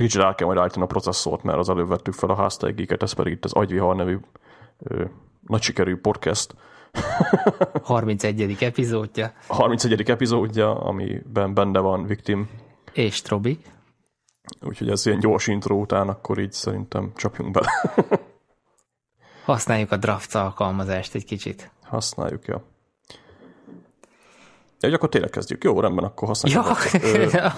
kicsit el kell majd állítani a processzort, mert az előbb vettük fel a Hashtag Geeket, ez pedig itt az Agyvihar nevű nagy sikerű podcast. 31. epizódja. 31. epizódja, amiben benne van Victim. És Trobi. Úgyhogy ez ilyen gyors intro után, akkor így szerintem csapjunk bele. Használjuk a Drafts alkalmazást egy kicsit. Használjuk, ja. Ja, akkor tényleg kezdjük. Jó, rendben, akkor használjuk. Ja.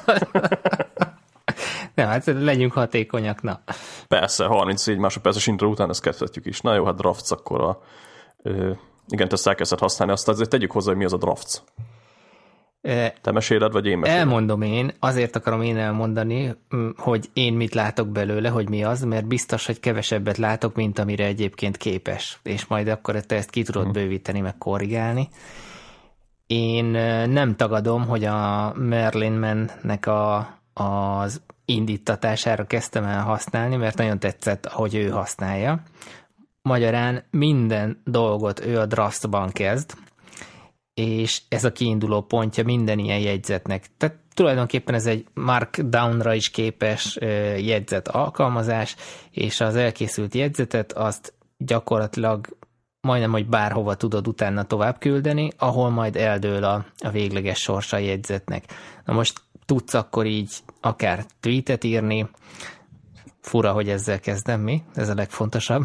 Nem, hát legyünk hatékonyak, na. Persze, 34 másodperces intro után ezt kezdhetjük is. Na jó, hát Drafts akkor igen, te ezt elkezdett használni, azt azért tegyük hozzá, hogy mi az a Drafts. Te meséled, vagy én meséled? Elmondom én, azért akarom én elmondani, hogy én mit látok belőle, hogy mi az, mert biztos, hogy kevesebbet látok, mint amire egyébként képes. És majd akkor te ezt ki tudod bővíteni, meg korrigálni. Én nem tagadom, hogy a Merlin Man-nek az indítatására kezdtem el használni, mert nagyon tetszett, ahogy ő használja. Magyarán minden dolgot ő a Draftsban kezd, és ez a kiinduló pontja minden ilyen jegyzetnek. Tehát tulajdonképpen ez egy markdownra is képes jegyzet alkalmazás, és az elkészült jegyzetet azt gyakorlatilag majdnem, hogy bárhova tudod utána tovább küldeni, ahol majd eldől a végleges sorsa a jegyzetnek. Na most tudsz akkor így akár tweetet írni, fura, hogy ezzel kezdem, mi? Ez a legfontosabb.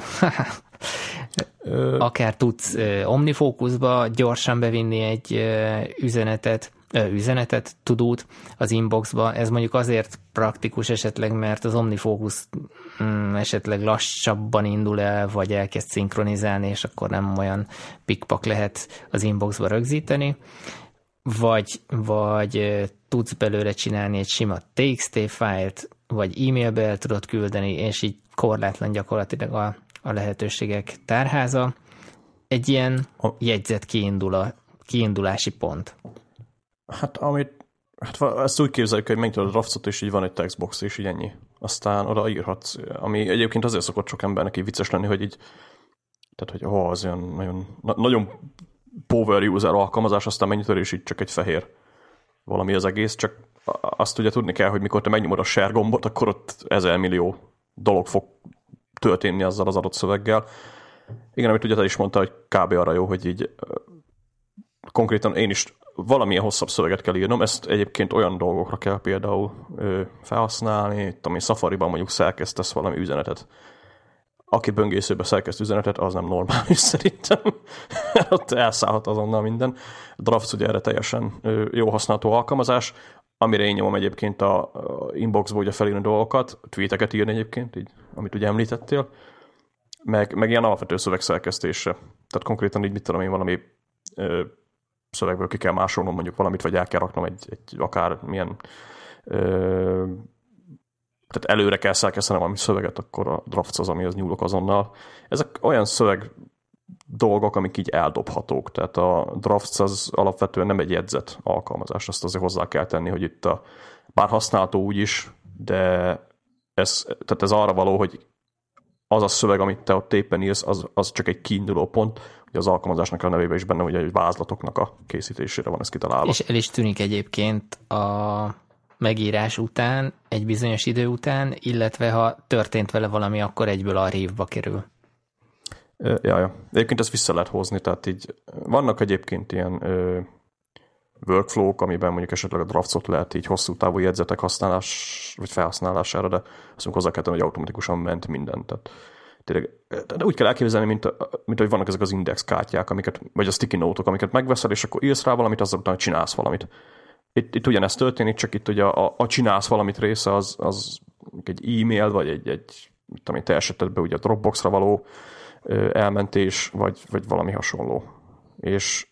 Akár tudsz OmniFocusba gyorsan bevinni egy üzenetet, tudót az inboxba. Ez mondjuk azért praktikus esetleg, mert az OmniFocus esetleg lassabban indul el, vagy elkezd szinkronizálni, és akkor nem olyan pikpak lehet az inboxba rögzíteni. Vagy tudsz belőle csinálni egy sima TXT fájlt, vagy e-mailbe el tudod küldeni, és így korlátlan gyakorlatilag a lehetőségek tárháza. Egy ilyen jegyzet kiindulási pont. Hát ezt úgy képzeljük, hogy megnyitod a Draftsot, és így van egy textbox, és így ennyi. Aztán oda írhatsz, ami egyébként azért szokott sok embernek így vicces lenni, hogy így, tehát hogy az olyan nagyon power user alkalmazás, aztán megnyitod, és így csak egy fehér valami az egész, csak azt ugye tudni kell, hogy mikor te megnyomod a share gombot, akkor ott 1000 millió dolog fog történni azzal az adott szöveggel. Igen, amit ugye te is mondta, hogy kb. Arra jó, hogy így konkrétan én is valamilyen hosszabb szöveget kell írnom, ezt egyébként olyan dolgokra kell például felhasználni, ami Safari-ban mondjuk szerkesztesz valami üzenetet. Aki böngészőbe szerkeszt üzenetet, az nem normális szerintem. Ott elszállhat azonnal minden. Drafts ugye erre teljesen jó használható alkalmazás, amire én nyomom egyébként a inboxba ugye felírni dolgokat, tweeteket írni egyébként, így, amit ugye említettél, meg ilyen alapvető szövegszerkesztésre. Tehát konkrétan így mit tudom én valami szövegből ki kell másolnom mondjuk valamit, vagy el kell raknom egy akár milyen tehát előre kell szerkesztenem valami szöveget, akkor a Drafts az, amihez nyúlok azonnal. Ezek olyan szöveg dolgok, amik így eldobhatók. Tehát a Drafts az alapvetően nem egy jegyzet alkalmazás, azt azért hozzá kell tenni, hogy itt bár használható úgy is, de tehát ez arra való, hogy az a szöveg, amit te ott éppen írsz, az csak egy kiinduló pont, hogy az alkalmazásnak a nevében is benne, hogy egy vázlatoknak a készítésére van ez kitalálva. És el is tűnik egyébként a megírás után, egy bizonyos idő után, illetve ha történt vele valami, akkor egyből archívba kerül. Ja. Egyébként ezt vissza lehet hozni, tehát így vannak egyébként ilyen workflow-k, amiben mondjuk esetleg a Draftsot lehet így hosszú távú jegyzetek használás vagy felhasználására, de azt mondjuk hozzá kell tenni, hogy automatikusan ment minden. Tehát tényleg, de úgy kell elképzelni, mint hogy vannak ezek az indexkártyák, vagy a sticky note-ok, amiket megveszel, és akkor írsz rá valamit, azzal utána csinálsz valamit. Itt ugyanezt történik, csak itt ugye a csinálsz valamit része az egy e-mail, vagy egy mit tudom én, te esetedben ugye a Dropboxra való elmentés, vagy valami hasonló. És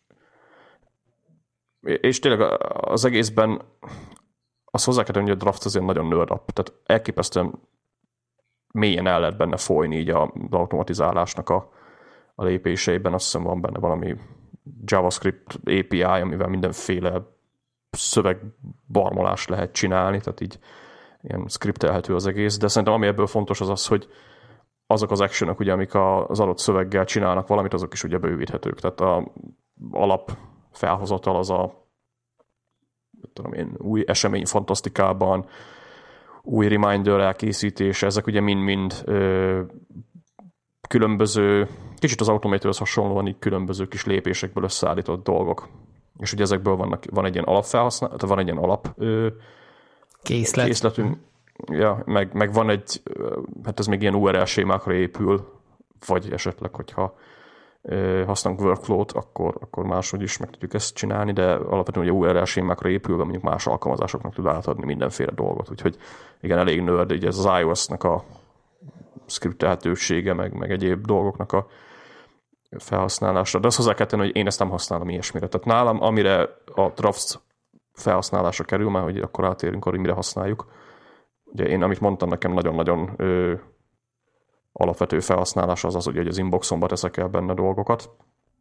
tényleg az egészben azt hozzá kell tenni, hogy a Draft azért nagyon nerd up, tehát elképesztően mélyen el lehet benne folyni így az automatizálásnak a lépéseiben. Azt hiszem van benne valami JavaScript API, amivel mindenféle szövegbarmolást lehet csinálni, tehát így ilyen scriptelhető az egész, de szerintem ami ebből fontos az, hogy azok az actionok, ugye, amik az adott szöveggel csinálnak valamit, azok is ugye bővíthetők. Tehát az alap felhozatal az tudom én, új esemény fantasztikában, új reminder elkészítése, ezek ugye mind-mind különböző, kicsit az Automatorhoz hasonlóan így különböző kis lépésekből összeállított dolgok. És ugye ezekből van egy ilyen alapfelhasználat, van egy ilyen alap készletünk, ja, meg van egy, hát ez még ilyen URL sémákra épül, vagy esetleg, hogyha használunk workflow-t, akkor máshogy is meg tudjuk ezt csinálni, de alapvetően ugye URL sémákra épülve mondjuk más alkalmazásoknak tud átadni mindenféle dolgot, úgyhogy igen, elég nerd, így ez az iOS-nek a scriptelhetősége, meg egyéb dolgoknak a felhasználásra. De azt hozzá kell tenni, hogy én ezt nem használom ilyesmire. Tehát nálam, amire a Drafts felhasználásra kerül, már hogy akkor átérünk arra, hogy mire használjuk. Ugye én, amit mondtam, nekem nagyon-nagyon alapvető felhasználás az, hogy az inboxomba teszek el benne dolgokat.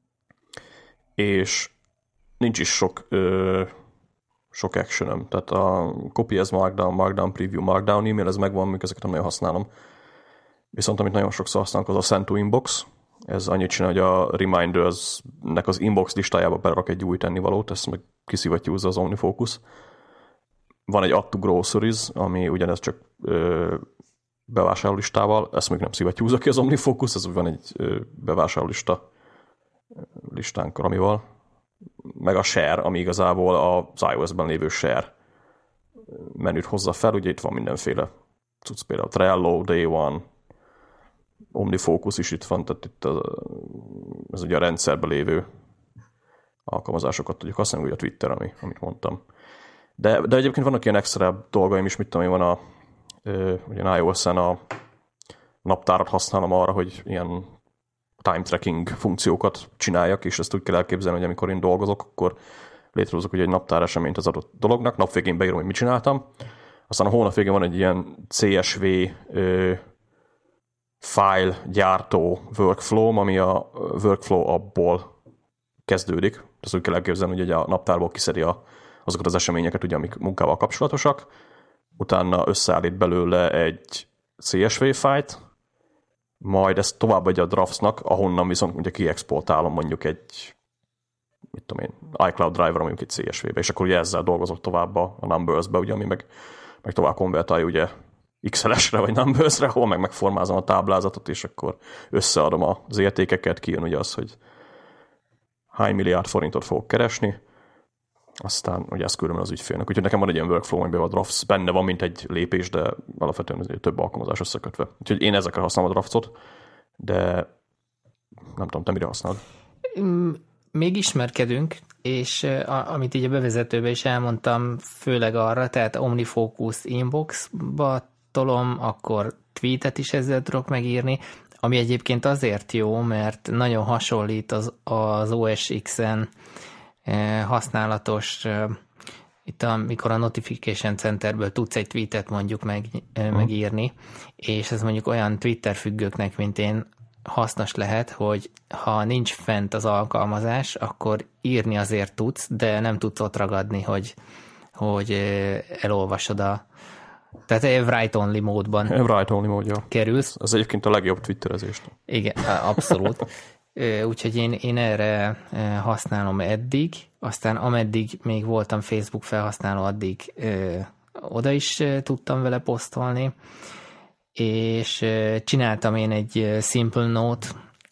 És nincs is sok actionom. Tehát a copy as markdown, markdown preview, markdown e-mail, ez megvan, még ezeket nem nagyon használom. Viszont amit nagyon sokszor használok, az a send to inbox. Ez annyit csinál, hogy a reminders-nek az inbox listájába berak egy új tennivalót, ezt meg kiszivattyúzza az OmniFocus. Van egy add to groceries, ami ugyanez csak bevásárlólistával, ezt még nem szivattyúzza ki az OmniFocus, ez van egy bevásárlólista listánk valamival. Meg a share, ami igazából az iOS-ben lévő share menüt hozza fel, ugye itt van mindenféle cucc, például Trello, Day One, OmniFocus is itt van, tehát itt ez ugye a rendszerben lévő alkalmazásokat tudjuk használni, ugye a Twitter, amit mondtam. De egyébként vannak ilyen extra dolgaim is, mit tudom én, van ugye iOS-en a naptárat használom arra, hogy ilyen time tracking funkciókat csináljak, és ezt úgy kell elképzelni, hogy amikor én dolgozok, akkor létrehozok ugye egy naptár eseményt az adott dolognak, napvégén beírom, hogy mit csináltam, aztán a hónap végén van egy ilyen CSV file gyártó workflow, ami a workflow appból kezdődik. Ezt úgy kell elképzelni, hogy a naptárból kiszedi azokat az eseményeket, ugye, amik munkával kapcsolatosak, utána összeállít belőle egy CSV fájlt, majd ezt továbbadja a Draftsnak, ahonnan viszont ugye kiexportálom mondjuk egy mit tudom én, iCloud driver, mondjuk egy CSV-be, és akkor ugye ezzel dolgozok tovább a Numbers-be, ugye, ami meg tovább konvertálja ugye XLS-re vagy Numbers-re, ahol meg megformázom a táblázatot, és akkor összeadom az értékeket, kijön ugye az, hogy hány milliárd forintot fogok keresni, aztán ugye ezt küldöm az ügyfélnek. Úgyhogy nekem van egy ilyen workflow, amiben a Drafts benne van, mint egy lépés, de alapvetően több alkalmazás összekötve. Úgyhogy én ezekre használom a Draftsot, de nem tudom, te mire használod? Még ismerkedünk, és amit így a bevezetőben is elmondtam, főleg arra, tehát OmniFocus inboxba tolom, akkor tweetet is ezzel tudok megírni, ami egyébként azért jó, mert nagyon hasonlít az OS X-en használatos, itt amikor a Notification Centerből tudsz egy tweetet mondjuk megírni, és ez mondjuk olyan Twitter függőknek, mint én, hasznos lehet, hogy ha nincs fent az alkalmazás, akkor írni azért tudsz, de nem tudsz ott ragadni, hogy elolvasod tehát write-only módban write-only módja kerülsz. Ez egyébként a legjobb twitterezést. Igen, abszolút. Úgyhogy én erre használom eddig, aztán ameddig még voltam Facebook felhasználó, addig oda is tudtam vele posztolni, és csináltam én egy Simple Note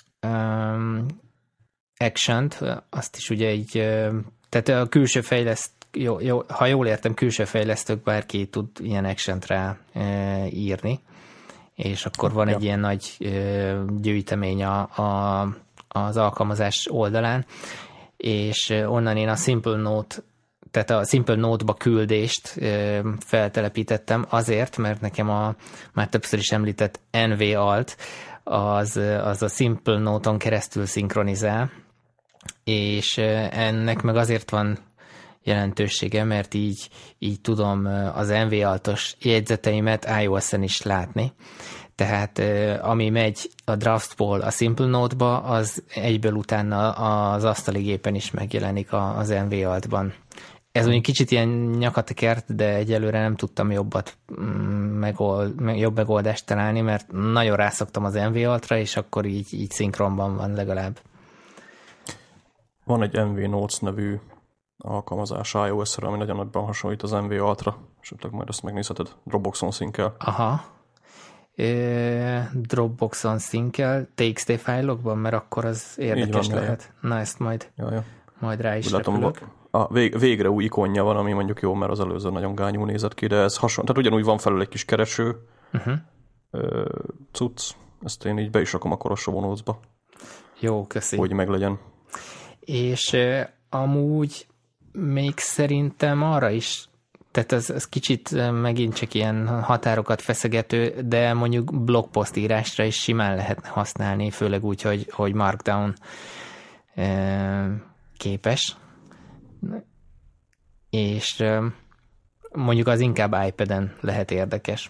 action-t, azt is ugye így, tehát a külső ha jól értem, külső fejlesztők bárki tud ilyen action-t rá írni, és akkor van egy ilyen nagy gyűjtemény az alkalmazás oldalán, és onnan én a Simple Note, tehát a Simple Note-ba küldést feltelepítettem azért, mert nekem a már többször is említett NV Alt az a Simple Note-on keresztül szinkronizál, és ennek meg azért van jelentősége, mert így tudom az NV Altos jegyzeteimet iOS-en is látni. Tehát ami megy a Draftból a Simple Note-ba, az egyből utána az asztali gépen is megjelenik az NV Altban. Ez mondjuk kicsit ilyen nyakatekert, de egyelőre nem tudtam jobb megoldást találni, mert nagyon rászoktam az NV Altra, és akkor így szinkronban van legalább. Van egy NV Notes nevű alkalmazás iOS-re, ami nagyon nagyban hasonlít az MV Alt-ra, és majd azt megnézheted Dropboxon szinkkel. Aha. Dropboxon szinkkel, TXT fájlokban, mert akkor az érdekes van, lehet. Ja. Na, ezt majd rá is repülök. Végre új ikonja van, ami mondjuk jó, mert az előző nagyon gányú nézett ki, de ez hasonló. Tehát ugyanúgy van felül egy kis kereső cucc. Ezt én így be is rakom a Korosovó Notes-ba. Jó, köszi. Hogy meglegyen. És amúgy még szerintem arra is, tehát ez kicsit megint csak ilyen határokat feszegető, de mondjuk blogpost írásra is simán lehetne használni, főleg úgy, hogy Markdown képes. És mondjuk az inkább iPad-en lehet érdekes.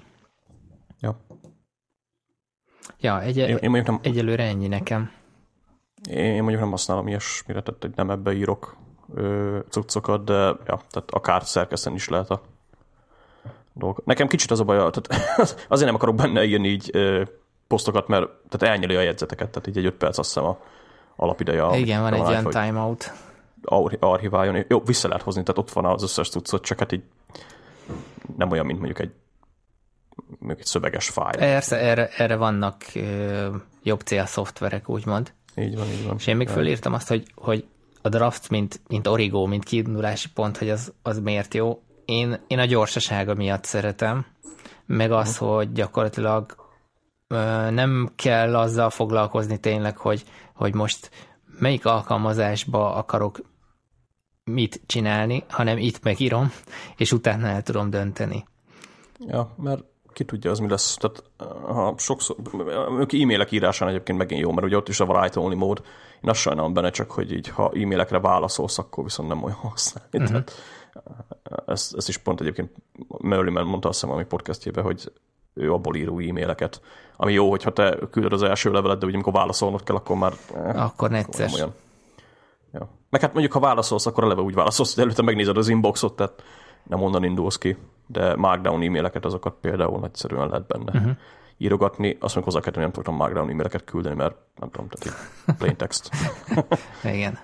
Ja, egyelőre ennyi nekem. Én mondjuk nem használom ilyesmire, tehát hogy nem ebbe írok cuccokat, de ja, tehát akár szerkeszteni is lehet a dolgok. Nekem kicsit az a baj, tehát azért nem akarok benne írni így posztokat, mert tehát elnyeli a jegyzeteket, tehát így egy 5 perc azt hiszem a alapideje. Igen, van egy ilyen timeout. Archiváljon. Jó, vissza lehet hozni, tehát ott van az összes cuccot, csak hát így nem olyan, mint mondjuk egy szöveges fájl. Persze, erre vannak jobb célszoftverek, úgymond. Így van. És én még fölírtam azt, hogy a draft, mint origo, mint kiindulási pont, hogy az miért jó. Én a gyorsasága miatt szeretem, meg az, hogy gyakorlatilag nem kell azzal foglalkozni tényleg, hogy most melyik alkalmazásba akarok mit csinálni, hanem itt megírom, és utána el tudom dönteni. Ja, mert ki tudja, az mi lesz. Tehát ha sokszor, e-mailek írásán egyébként megint jó, mert ugye ott is a write-only mód. Én azt sajnálom benne csak, hogy így, ha e-mailekre válaszolsz, akkor viszont nem olyan használni. Tehát ezt is pont egyébként Merliman mondta azt hiszem valami podcastjében, hogy ő abból író e-maileket. Ami jó, hogyha te küldöd az első levelet, de ugye amikor válaszolnod kell, akkor már akkor necces. Olyan. Ja. Meg hát mondjuk, ha válaszolsz, akkor eleve úgy válaszolsz, hogy előtte megnézed az inboxot, tehát nem onnan indulsz ki. De Markdown e-maileket, azokat például nagyszerűen lehet benne írogatni. Azt mondjuk hozzá kell, hogy nem tudtam Markdown e-maileket küldeni, mert nem tudom, tehát így plain text. Igen.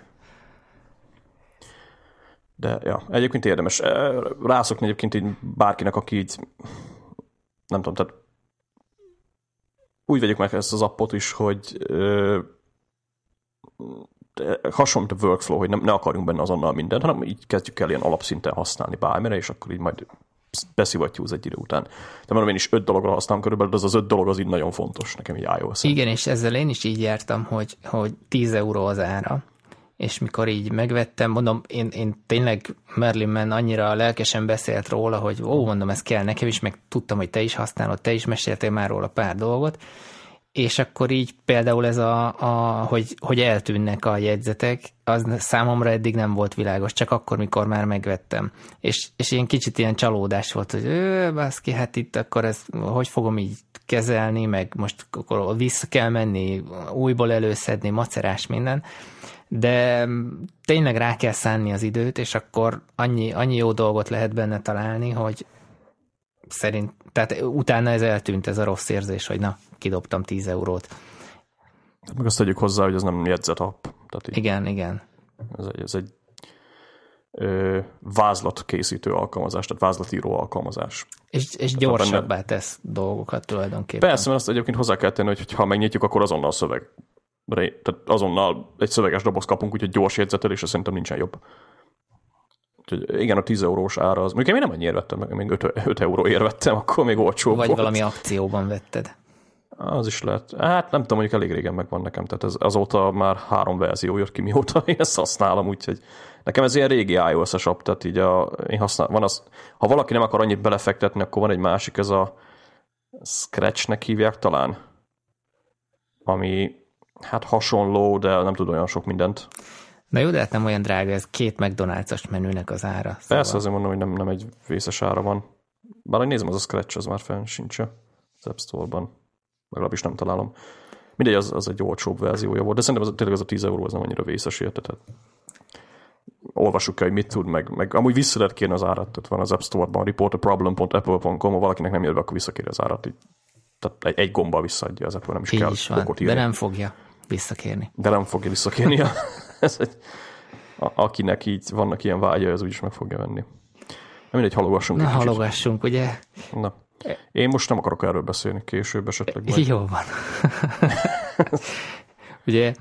De ja, egyébként érdemes. Rászokni egyébként így bárkinek, aki így nem tudom, tehát úgy vegyük meg ezt az appot is, hogy hasonló, mint a workflow, hogy ne akarjunk benne azonnal mindent, hanem így kezdjük el ilyen alapszinten használni bármire, és akkor így majd beszivattyúz egy idő után. De mondom, én is 5 dologra használom körülbelül, de az 5 dolog az így nagyon fontos nekem így iOS-en. Igen, és ezzel én is így jártam, hogy 10 euró az ára, és mikor így megvettem, mondom, én tényleg Merlinman annyira lelkesen beszélt róla, hogy mondom, ez kell nekem is, meg tudtam, hogy te is használod, te is meséltél már róla pár dolgot, és akkor így például ez hogy eltűnnek a jegyzetek, az számomra eddig nem volt világos, csak akkor, mikor már megvettem. És ilyen kicsit ilyen csalódás volt, hogy baszki, hát itt akkor ezt hogy fogom így kezelni, meg most akkor vissza kell menni, újból előszedni, macerás minden, de tényleg rá kell szánni az időt, és akkor annyi jó dolgot lehet benne találni, hogy tehát utána ez eltűnt, ez a rossz érzés, hogy na, kidobtam 10 eurót. Meg azt tegyük hozzá, hogy ez nem jegyzet app. Tehát igen. Ez egy vázlatkészítő alkalmazás, tehát vázlatíró alkalmazás. És gyorsabbá tesz dolgokat tulajdonképpen. Persze, mert azt egyébként hozzá kell tenni, hogy ha megnyitjuk, akkor azonnal szöveg. Tehát azonnal egy szöveges doboz kapunk, úgyhogy gyors jegyzetelésre szerintem nincsen jobb. Úgyhogy igen, a 10 eurós ára az. Mondjuk én nem annyiért vettem, meg még 5 euróért vettem, akkor még olcsóbb vagy volt. Valami akcióban vetted. Az is lehet. Hát nem tudom, mondjuk elég régen megvan nekem, tehát ez azóta már 3 verzió jött ki, mióta én ezt használom, úgyhogy nekem ez ilyen régi iOS-es app, tehát így én használom, van az, ha valaki nem akar annyit belefektetni, akkor van egy másik, ez a Scratchnek hívják talán, ami hát hasonló, de nem tud olyan sok mindent. Na jó, de hát nem olyan drága, ez 2 McDonald's-os menünek az ára. Szóval... Persze, azért mondom, hogy nem egy vészes ára van. Bár hogy nézem, az a Scratch, az már fenn sincs az App Store-ban. Legalábbis nem találom. Mindegy, az egy olcsóbb verziója volt, de szerintem tényleg az a 10 euró az nem annyira vészes érte. Tehát olvassuk el, hogy mit tud, meg amúgy vissza lehet kérni az árat. Tehát van az App Store-ban, reportaproblem.apple.com, ha valakinek nem jön be, akkor visszakéri az árat. Tehát egy gombbal visszaadja az Apple, nem is így kell okot írni. De nem fogja visszakérni. De nem fogja visszakérni. akinek így vannak ilyen vágya, az úgyis meg fogja venni. Nem mindegy, halogassunk. Na, halogassunk, ugye? Na. Én most nem akarok erről beszélni, később esetleg majd. Jó van. Ugye,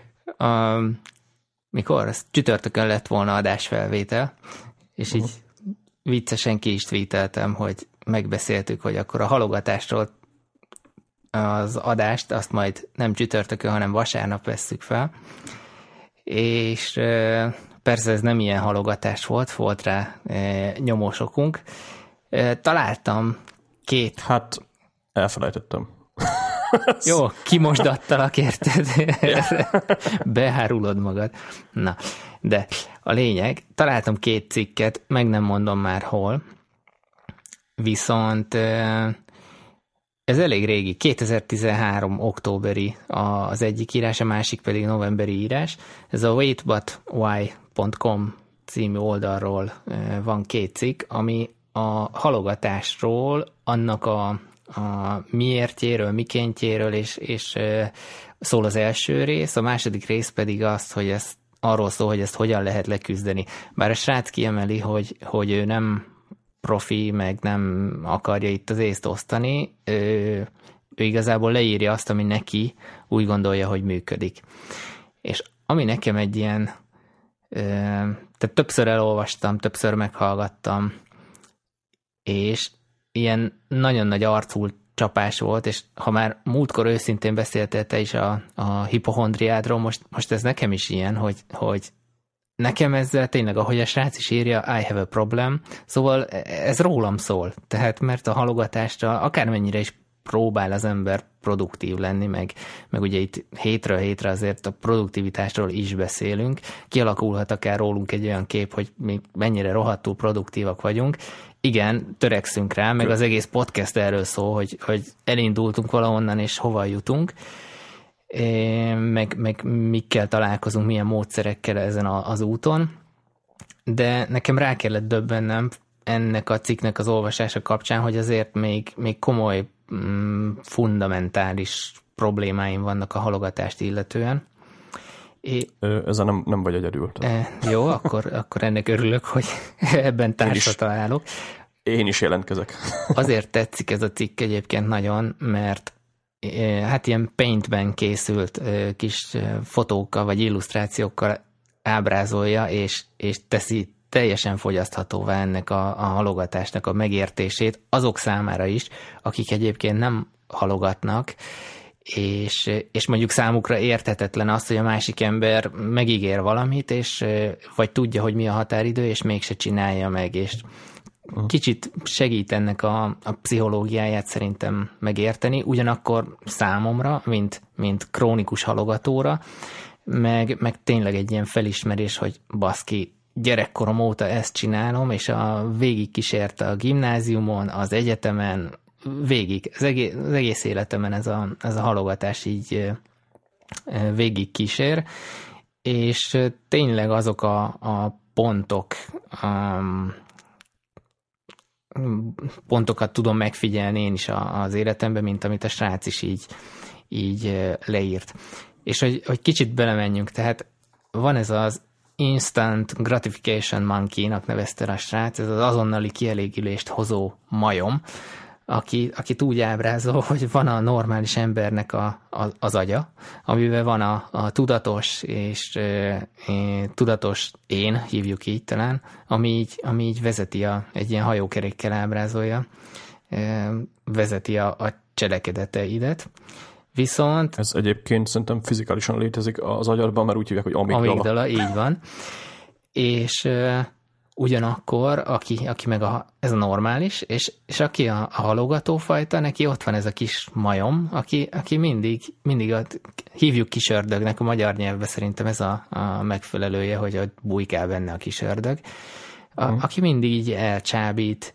mikor? Ez csütörtökön lett volna adásfelvétel, és így viccesen ki is tweeteltem, hogy megbeszéltük, hogy akkor a halogatásról az adást, azt majd nem csütörtökön, hanem vasárnap vesszük fel. És persze ez nem ilyen halogatás volt rá nyomós okunk. Találtam két... Hát, elfelejtettem. Jó, kimosdattalak, érted? Behárulod magad. Na, de a lényeg, találtam két cikket, meg nem mondom már hol, viszont ez elég régi, 2013 októberi az egyik írás, a másik pedig novemberi írás. Ez a waitbutwhy.com című oldalról van két cikk, ami a halogatásról, annak a miértjéről, mikéntjéről, és szól az első rész, a második rész pedig azt, hogy ez arról szól, hogy ezt hogyan lehet leküzdeni. Bár a srác kiemeli, hogy ő nem profi, meg nem akarja itt az észt osztani, ő igazából leírja azt, ami neki úgy gondolja, hogy működik. És ami nekem egy ilyen, tehát többször elolvastam, többször meghallgattam, és ilyen nagyon nagy arcú csapás volt, és ha már múltkor őszintén beszéltél te is a hipohondriádról, most ez nekem is ilyen, hogy nekem ezzel tényleg, ahogy a srác is írja, I have a problem, szóval ez rólam szól. Tehát mert a halogatásra akármennyire is próbál az ember produktív lenni, meg ugye itt hétről hétre azért a produktivitásról is beszélünk, kialakulhat akár rólunk egy olyan kép, hogy mi mennyire rohadtul produktívak vagyunk. Igen, törekszünk rá, meg az egész podcast erről szól, hogy elindultunk valahonnan, és hova jutunk, meg mikkel találkozunk, milyen módszerekkel ezen az úton, de nekem rá kellett döbbennem ennek a cikknek az olvasása kapcsán, hogy azért még komoly, fundamentális problémáim vannak a halogatást illetően. Ezzel nem vagy egyedül. Jó, akkor ennek örülök, hogy ebben társra találok. Én is jelentkezek. Azért tetszik ez a cikk egyébként nagyon, mert hát ilyen Paintben készült kis fotókkal vagy illusztrációkkal ábrázolja, és teszi teljesen fogyaszthatóvá ennek a halogatásnak a megértését azok számára is, akik egyébként nem halogatnak, és mondjuk számukra érthetetlen az, hogy a másik ember megígér valamit, és vagy tudja, hogy mi a határidő, és mégse csinálja meg, és kicsit segít ennek a pszichológiáját szerintem megérteni, ugyanakkor számomra, mint krónikus halogatóra, meg tényleg egy ilyen felismerés, hogy baszki, gyerekkorom óta ezt csinálom, és végig kísérte a gimnáziumon, az egyetemen, végig, az egész életemen ez a halogatás így végig kísér, és tényleg azok a pontokat tudom megfigyelni én is az életemben, mint amit a srác is így leírt. És hogy kicsit belemenjünk, tehát van ez az Instant Gratification Monkey-nak nevezte a srác, ez az azonnali kielégülést hozó majom, akit úgy ábrázol, hogy van a normális embernek az agya, amiben van a tudatos és tudatos én, hívjuk így talán, ami így vezeti egy ilyen hajókerékkel ábrázolja, vezeti a cselekedeteidet. Viszont... Ez egyébként szerintem fizikálisan létezik az agyadban, mert úgy hívják, hogy amigdala. Amigdala, így van. És ugyanakkor, aki meg ez a normális, és aki a halogatófajta, neki ott van ez a kis majom, aki mindig hívjuk kisördögnek, a magyar nyelvben szerintem ez a megfelelője, hogy bujkál benne a kisördög, aki mindig így elcsábít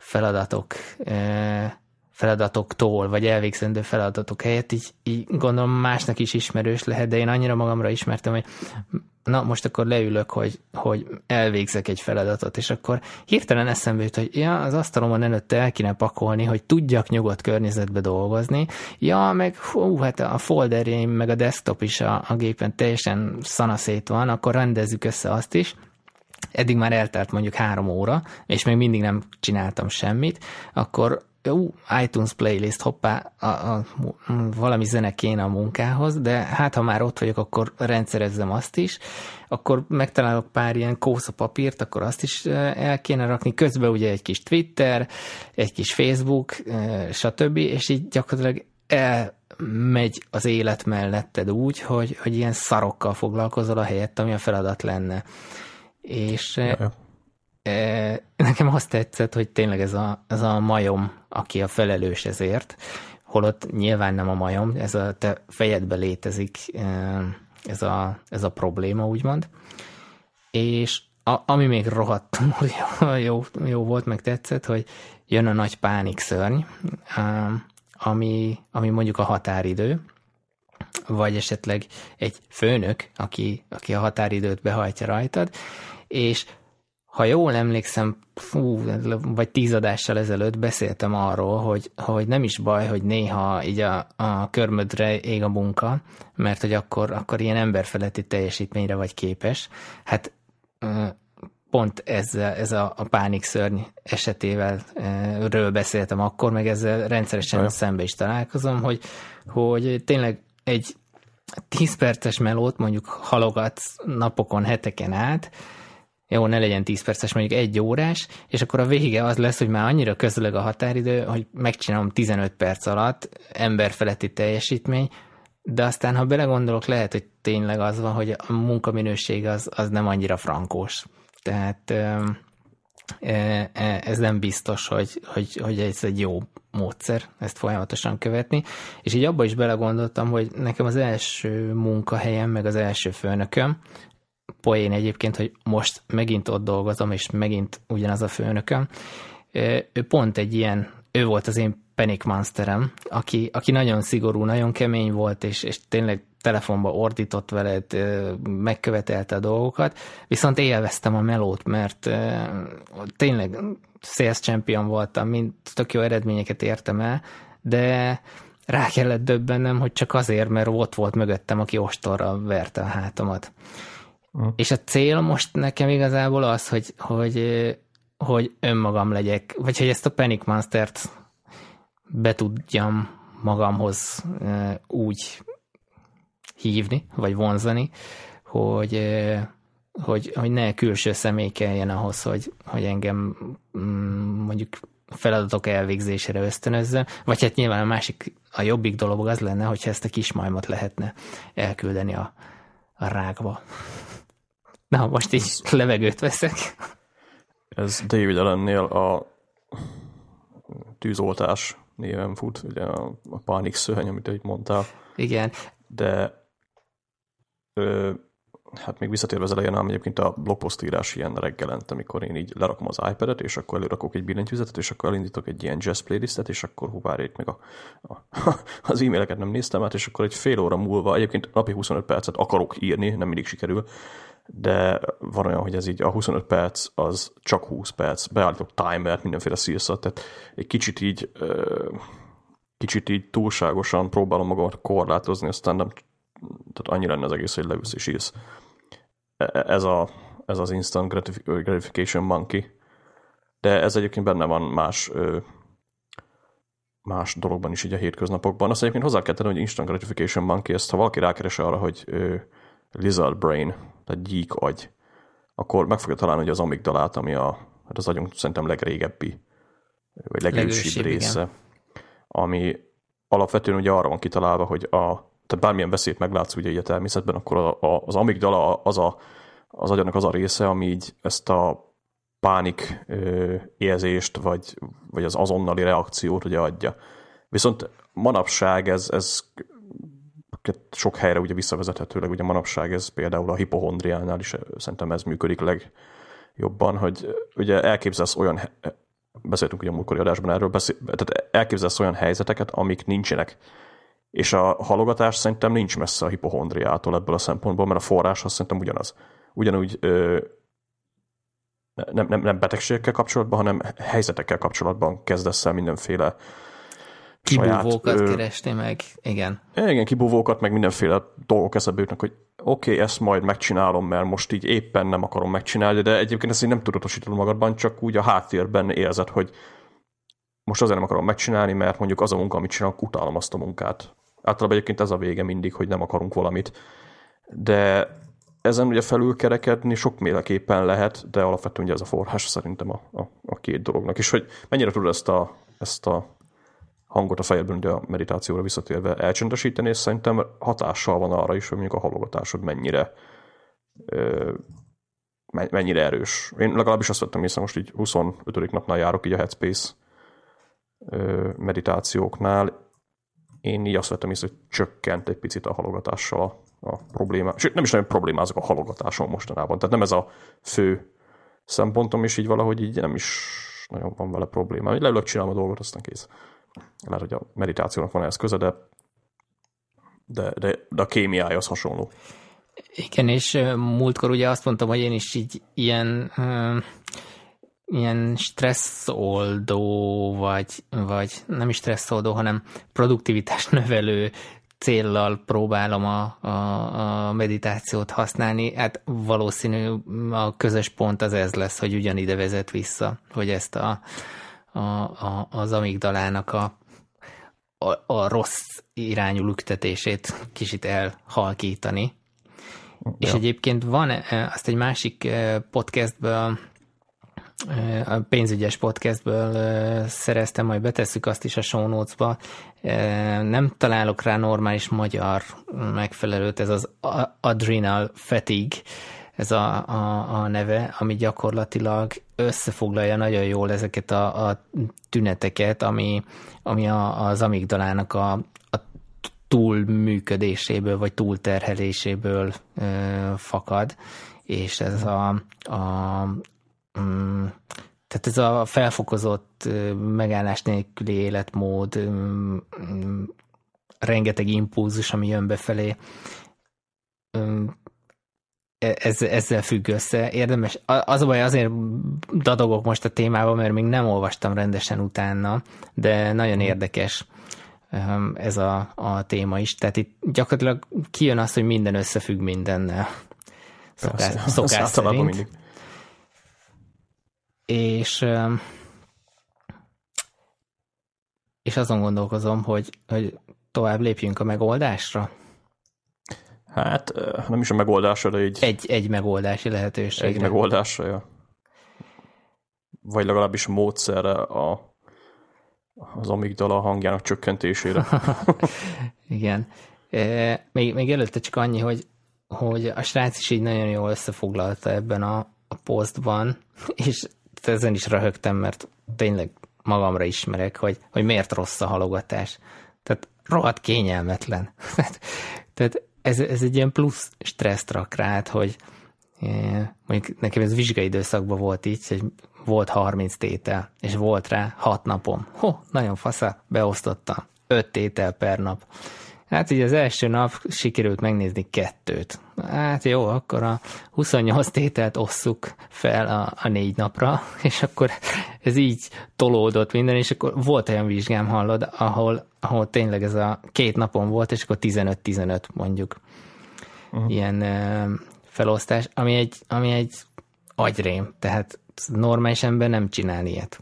feladatoktól, vagy elvégzendő feladatok helyett, így gondolom másnak is ismerős lehet, de én annyira magamra ismertem, hogy na most akkor leülök, hogy elvégzek egy feladatot, és akkor hirtelen eszembe jut, hogy ja, az asztalomon előtte el kéne pakolni, hogy tudjak nyugodt környezetbe dolgozni, ja, meg hát a folderjeim, meg a desktop is a gépen teljesen szanaszét van, akkor rendezzük össze azt is. Eddig már eltelt mondjuk 3 óra, és még mindig nem csináltam semmit, akkor iTunes playlist, hoppá, valami zene kéne a munkához, de hát ha már ott vagyok, akkor rendszerezzem azt is, akkor megtalálok pár ilyen kószapapírt, akkor azt is el kéne rakni, közben ugye egy kis Twitter, egy kis Facebook, stb., és így gyakorlatilag elmegy az élet melletted úgy, hogy ilyen szarokkal foglalkozol a helyett, ami a feladat lenne. És nekem azt tetszett, hogy tényleg ez a majom, aki a felelős ezért, holott nyilván nem a majom, ez a te fejedben létezik ez a probléma, úgymond. És ami még rohadtul jó volt, meg tetszett, hogy jön a nagy pánikszörny, ami mondjuk a határidő, vagy esetleg egy főnök, aki a határidőt behajtja rajtad, és ha jól emlékszem, vagy 10 adással ezelőtt beszéltem arról, hogy nem is baj, hogy néha így a körmödre ég a munka, mert hogy akkor ilyen emberfeletti teljesítményre vagy képes. Hát pont ez a pánikszörny esetével ről beszéltem akkor, meg ezzel rendszeresen szembe is találkozom, hogy tényleg egy 10 perces melót mondjuk halogatsz napokon, heteken át, jó, ne legyen 10 perces, mondjuk 1 órás, és akkor a vége az lesz, hogy már annyira közeleg a határidő, hogy megcsinálom 15 perc alatt, emberfeletti teljesítmény, de aztán, ha belegondolok, lehet, hogy tényleg az van, hogy a munkaminőség az nem annyira frankós. Tehát ez nem biztos, hogy ez egy jó módszer, ezt folyamatosan követni. És így abba is belegondoltam, hogy nekem az első munkahelyem, meg az első főnököm, poén egyébként, hogy most megint ott dolgozom, és megint ugyanaz a főnököm, ő pont egy ilyen, ő volt az én panic monsterem, aki nagyon szigorú, nagyon kemény volt, és tényleg telefonba ordított veled, megkövetelte a dolgokat, viszont élveztem a melót, mert tényleg sales champion voltam, tök jó eredményeket értem el, de rá kellett döbbennem, hogy csak azért, mert ott volt mögöttem, aki ostorral verte a hátamat. És a cél most nekem igazából az, hogy önmagam legyek, vagy hogy ezt a Panic Monstert be tudjam magamhoz úgy hívni, vagy vonzani, hogy ne külső személy kelljen ahhoz, hogy engem mondjuk feladatok elvégzésére ösztönözzön, vagy hát nyilván a jobbik dolog az lenne, hogyha ezt a kismajmot lehetne elküldeni a rákba. Na, most így levegőt veszek. Ez David Allennél a tűzoltás néven fut, ugye a pánikszörny, amit így mondtál. Igen. De hát még visszatérve az elején, ám egyébként a blogposztírás ilyen reggelent, amikor én így lerakom az iPad-et, és akkor előrakok egy billentyűzetet, és akkor elindítok egy ilyen jazz playlistet, és akkor hubárét meg az e-maileket nem néztem át, és akkor egy fél óra múlva, egyébként napi 25 percet akarok írni, nem mindig sikerül, de van olyan, hogy ez így a 25 perc az csak 20 perc, beállítok timert, mindenféle szírszat, tehát egy kicsit így túlságosan próbálom magamat korlátozni, aztán nem, tehát annyira lenne az egész, hogy leülsz és írsz. Ez az instant gratification monkey, de ez egyébként benne van más dologban is így a hétköznapokban. Azt egyébként hozzá kell tenni, hogy instant gratification monkey, ezt ha valaki rákeres arra, hogy lizard brain, tehát gyík agy, akkor meg fogja találni, hogy az amigdalát, ami hát az agyunk szerintem legrégebbi, vagy legősibb része, igen. Ami alapvetően ugye arra van kitalálva, hogy tehát bármilyen veszélyt meglátsz ugye így a természetben, akkor az amigdala az agynak az a része, ami így ezt a pánik érzést, vagy az azonnali reakciót ugye adja. Viszont manapság ez sok helyre ugye visszavezethetőleg, ugye manapság ez például a hipohondriánál is szerintem ez működik legjobban, hogy ugye elképzelsz olyan, beszéltünk ugye a múltkori adásban erről, tehát elképzelsz olyan helyzeteket, amik nincsenek És a halogatás szerintem nincs messze a hipohondriától ebből a szempontból, mert a forrás az szerintem ugyanaz. Ugyanúgy nem betegségekkel kapcsolatban, hanem helyzetekkel kapcsolatban kezdesz el mindenféle kibúvókat keresni meg, igen. Igen, kibúvókat, meg mindenféle dolgok eszedbe jutnak, hogy oké, ezt majd megcsinálom, mert most így éppen nem akarom megcsinálni, de egyébként ezt így nem tudatosítod magadban, csak úgy a háttérben érzed, hogy most azért nem akarom megcsinálni, mert mondjuk az a munka, amit csinálok, utálom azt a munkát. Általában egyébként ez a vége mindig, hogy nem akarunk valamit. De ezen ugye felülkerekedni sokféleképpen lehet, de alapvetően ugye ez a forrás szerintem a két dolognak. És hogy mennyire tudod ezt a hangot a fejedben ugye a meditációra visszatérve elcsendesíteni, és szerintem hatással van arra is, hogy mondjuk a halogatásod mennyire erős. Én legalábbis azt vettem észre, most így 25. napnál járok így a Headspace meditációknál. Én így azt vettem észre, hogy csökkent egy picit a halogatással a probléma. Sőt, nem is nagyon problémázok a halogatáson mostanában. Tehát nem ez a fő szempontom, és így valahogy így nem is nagyon van vele probléma. Leülök, csinálom a dolgot, aztán kész. Lehet, hogy a meditációnak van ehhez köze, de a kémiája az hasonló. Igen, és múltkor ugye azt mondtam, hogy én is így ilyen stresszoldó, vagy nem is stresszoldó, hanem produktivitás növelő céllal próbálom a meditációt használni. Hát valószínű a közös pont az ez lesz, hogy ugyanide vezet vissza, hogy ezt az amigdalának a rossz irányú lüktetését kicsit elhalkítani. Ja. És egyébként van azt egy másik podcastből, a pénzügyes podcastből szereztem, majd betesszük azt is a show notes-ba. Nem találok rá normális magyar megfelelőt, ez az adrenal fatigue, ez a neve, ami gyakorlatilag összefoglalja nagyon jól ezeket a tüneteket, ami az amigdalának a túlműködéséből, vagy túlterheléséből fakad, és ez tehát ez a felfokozott megállás nélküli életmód, rengeteg impulzus, ami jön befelé, ezzel függ össze. Érdemes, az a baj, azért dadogok most a témában, mert még nem olvastam rendesen utána, de nagyon érdekes ez a téma is. Tehát itt gyakorlatilag kijön az, hogy minden összefügg mindennel. Szokás szerint. Mindig. És azon gondolkozom, hogy tovább lépjünk a megoldásra. Hát nem is a megoldásra, de így... Egy megoldási lehetőségre. Egy megoldásra, ja. Vagy legalábbis módszerre az amigdala hangjának csökkentésére. Igen. Még előtte csak annyi, hogy a srác is így nagyon jól összefoglalta ebben a posztban, és ezen is röhögtem, mert tényleg magamra ismerek, hogy miért rossz a halogatás. Tehát rohadt kényelmetlen. Tehát ez egy ilyen plusz stresszt rak rád, hogy mondjuk nekem ez vizsgai időszakban volt így, hogy volt 30 tétel, és volt rá 6 napom. Nagyon fasza, beosztottam. 5 tétel per nap. Hát így az első nap sikerült megnézni 2-t. Hát jó, akkor a 28 tételt osszuk fel a 4 napra, és akkor ez így tolódott minden, és akkor volt olyan vizsgám, hallod, ahol tényleg ez a 2 napon volt, és akkor 15-15 mondjuk. Ilyen felosztás, ami egy agyrém, tehát normális ember nem csinál ilyet.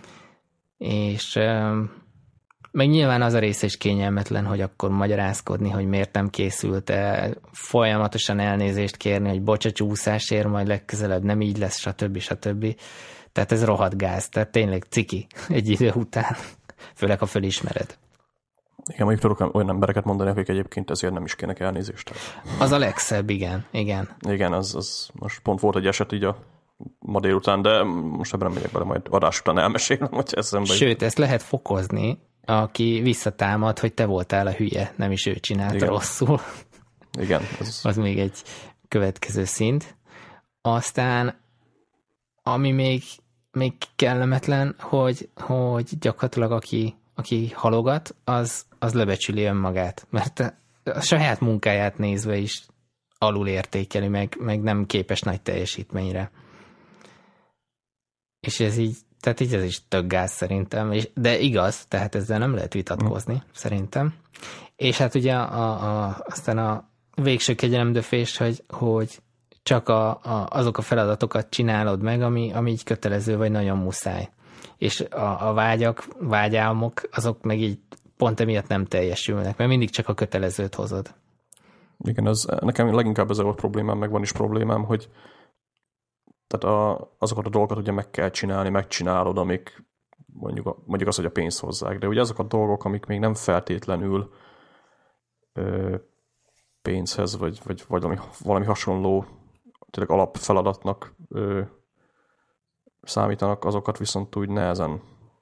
És meg nyilván az a része is kényelmetlen, hogy akkor magyarázkodni, hogy miért nem készült el, folyamatosan elnézést kérni, hogy bocs a csúszásért, majd legközelebb nem így lesz, stb. Tehát ez rohadt gáz, tehát tényleg ciki egy idő után, főleg ha fölismered. Igen, mondjuk tudok olyan embereket mondani, akik egyébként ezért nem is kérnek elnézést. Az a legszebb, igen. Igen, az most pont volt egy eset így a ma délután, de most ebben nem megyek bele, majd adás után elmesélem, hogy eszembe. Sőt, ezt lehet fokozni, aki visszatámad, hogy te voltál a hülye, nem is ő csinálta rosszul. Igen. Az még egy következő szint. Aztán, ami még kellemetlen, hogy gyakorlatilag aki halogat, az lebecsüli önmagát, mert a saját munkáját nézve is alul értékeli, meg nem képes nagy teljesítményre. És ez így, tehát így ez is tök gáz szerintem, de igaz, tehát ezzel nem lehet vitatkozni, szerintem. És hát ugye aztán a végső kegyelemdöfés, hogy csak azok a feladatokat csinálod meg, ami így kötelező, vagy nagyon muszáj. És a vágyálmok, azok meg így pont emiatt nem teljesülnek, mert mindig csak a kötelezőt hozod. Igen, nekem leginkább ez volt problémám, meg van is problémám, hogy tehát azokat a dolgokat ugye meg kell csinálni, megcsinálod, amik mondjuk az, hogy a pénzt hozzák, de ugye azok a dolgok, amik még nem feltétlenül pénzhez, vagy valami hasonló tényleg alapfeladatnak számítanak, azokat viszont úgy nehezen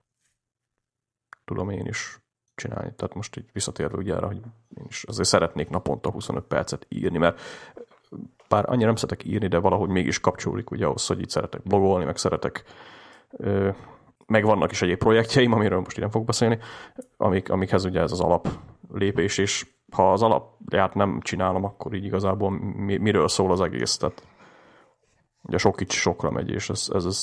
tudom én is csinálni. Tehát most így visszatérve ugye erre, hogy én is azért szeretnék naponta 25 percet írni, mert bár annyira nem szeretek írni, de valahogy mégis kapcsolódik ugye ahhoz, hogy így szeretek blogolni, meg szeretek meg vannak is egyéb projektjeim, amiről most így nem fogok beszélni, amikhez ugye ez az alap lépés, és ha az alapját nem csinálom, akkor így igazából miről szól az egész. Tehát ugye sok kicsi sokra megy, és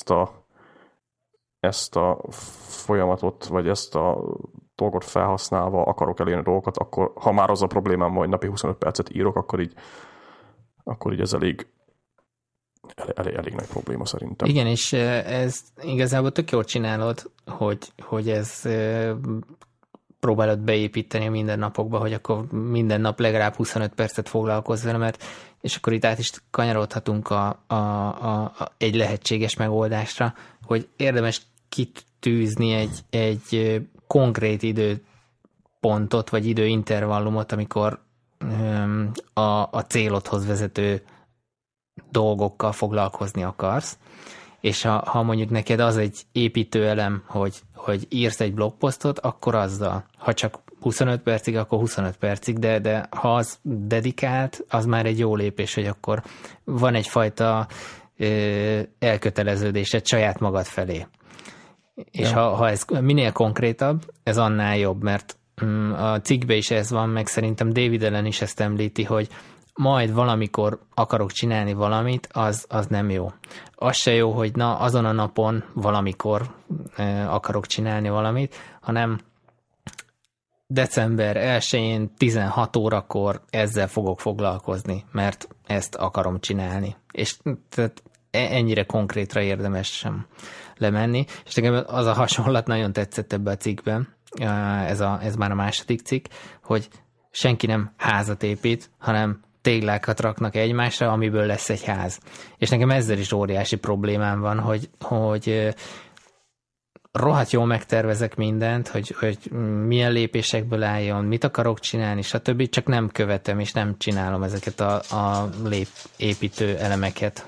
ezt a folyamatot, vagy ezt a dolgot felhasználva akarok elérni dolgokat, akkor ha már az a problémám, hogy napi 25 percet írok, akkor így ez elég nagy probléma szerintem. Igen, és ez igazából tök jól csinálod, hogy ez próbálod beépíteni a mindennapokba, hogy akkor minden nap legalább 25 percet foglalkozz vele, mert és akkor itt át is kanyarodhatunk egy lehetséges megoldásra, hogy érdemes kitűzni egy konkrét időpontot, vagy időintervallumot, amikor a célodhoz vezető dolgokkal foglalkozni akarsz, és ha mondjuk neked az egy építőelem, hogy írsz egy blogposztot, akkor azzal. Ha csak 25 percig, akkor 25 percig, de ha az dedikált, az már egy jó lépés, hogy akkor van egyfajta elköteleződésed saját magad felé. És ha ez minél konkrétabb, ez annál jobb, mert a cikkben is ez van, meg szerintem David Allen is ezt említi, hogy majd valamikor akarok csinálni valamit, az nem jó. Az se jó, hogy na, azon a napon valamikor akarok csinálni valamit, hanem december 1-én 16 órakor ezzel fogok foglalkozni, mert ezt akarom csinálni. És tehát ennyire konkrétra érdemes sem lemenni. És nekem az a hasonlat nagyon tetszett ebbe a cikkben, ez már a második cikk, hogy senki nem házat épít, hanem téglákat raknak egymásra, amiből lesz egy ház. És nekem ezzel is óriási problémám van, hogy rohadt jól megtervezek mindent, hogy milyen lépésekből álljon, mit akarok csinálni, stb. Csak nem követem, és nem csinálom ezeket a építő elemeket.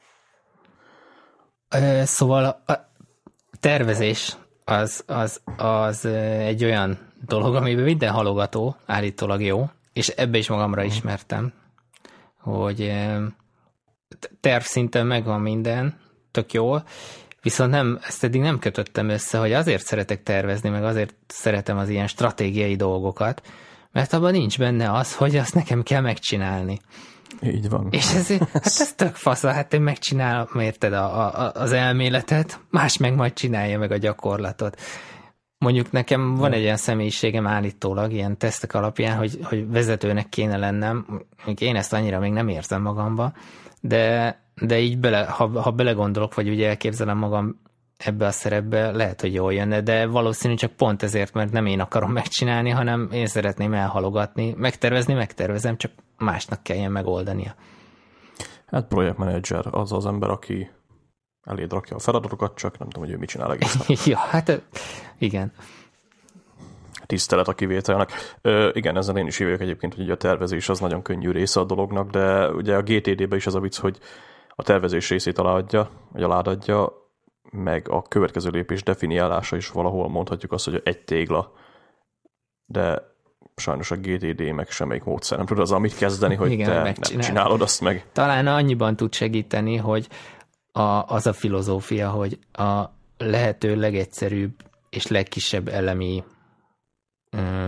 Szóval a tervezés az egy olyan dolog, amiben minden halogató állítólag jó, és ebbe is magamra ismertem, hogy tervszinten megvan minden, tök jól, viszont ezt eddig nem kötöttem össze, hogy azért szeretek tervezni, meg azért szeretem az ilyen stratégiai dolgokat, mert abban nincs benne az, hogy azt nekem kell megcsinálni. Így van. És ez tök fasz, hát én megcsinálom, érted, az elméletet, más meg majd csinálja meg a gyakorlatot. Mondjuk nekem van egy olyan személyiségem állítólag, ilyen tesztek alapján, hogy vezetőnek kéne lennem, én ezt annyira még nem érzem magamba, de így ha belegondolok, vagy ugye elképzelem magam ebbe a szerepbe, lehet, hogy jól jönne, de valószínű csak pont ezért, mert nem én akarom megcsinálni, hanem én szeretném elhalogatni. Megtervezem, csak másnak kelljen megoldania. Hát projektmenedzser az ember, aki eléd rakja a feladatokat, csak nem tudom, hogy ő mit csinál egészen. Ja, hát igen. Tisztelet a kivételnek. Igen, ezzel én is hívjuk egyébként, hogy a tervezés az nagyon könnyű része a dolognak, de ugye a GTD-ben is az a vicc, hogy a tervezés részét aládadja, meg a következő lépés definiálása is valahol mondhatjuk azt, hogy egy tégla, de sajnos a GTD meg semmelyik módszer nem tud azzal mit kezdeni, hogy igen, te nem csinálod azt meg. Talán annyiban tud segíteni, hogy az a filozófia, hogy a lehető legegyszerűbb és legkisebb elemi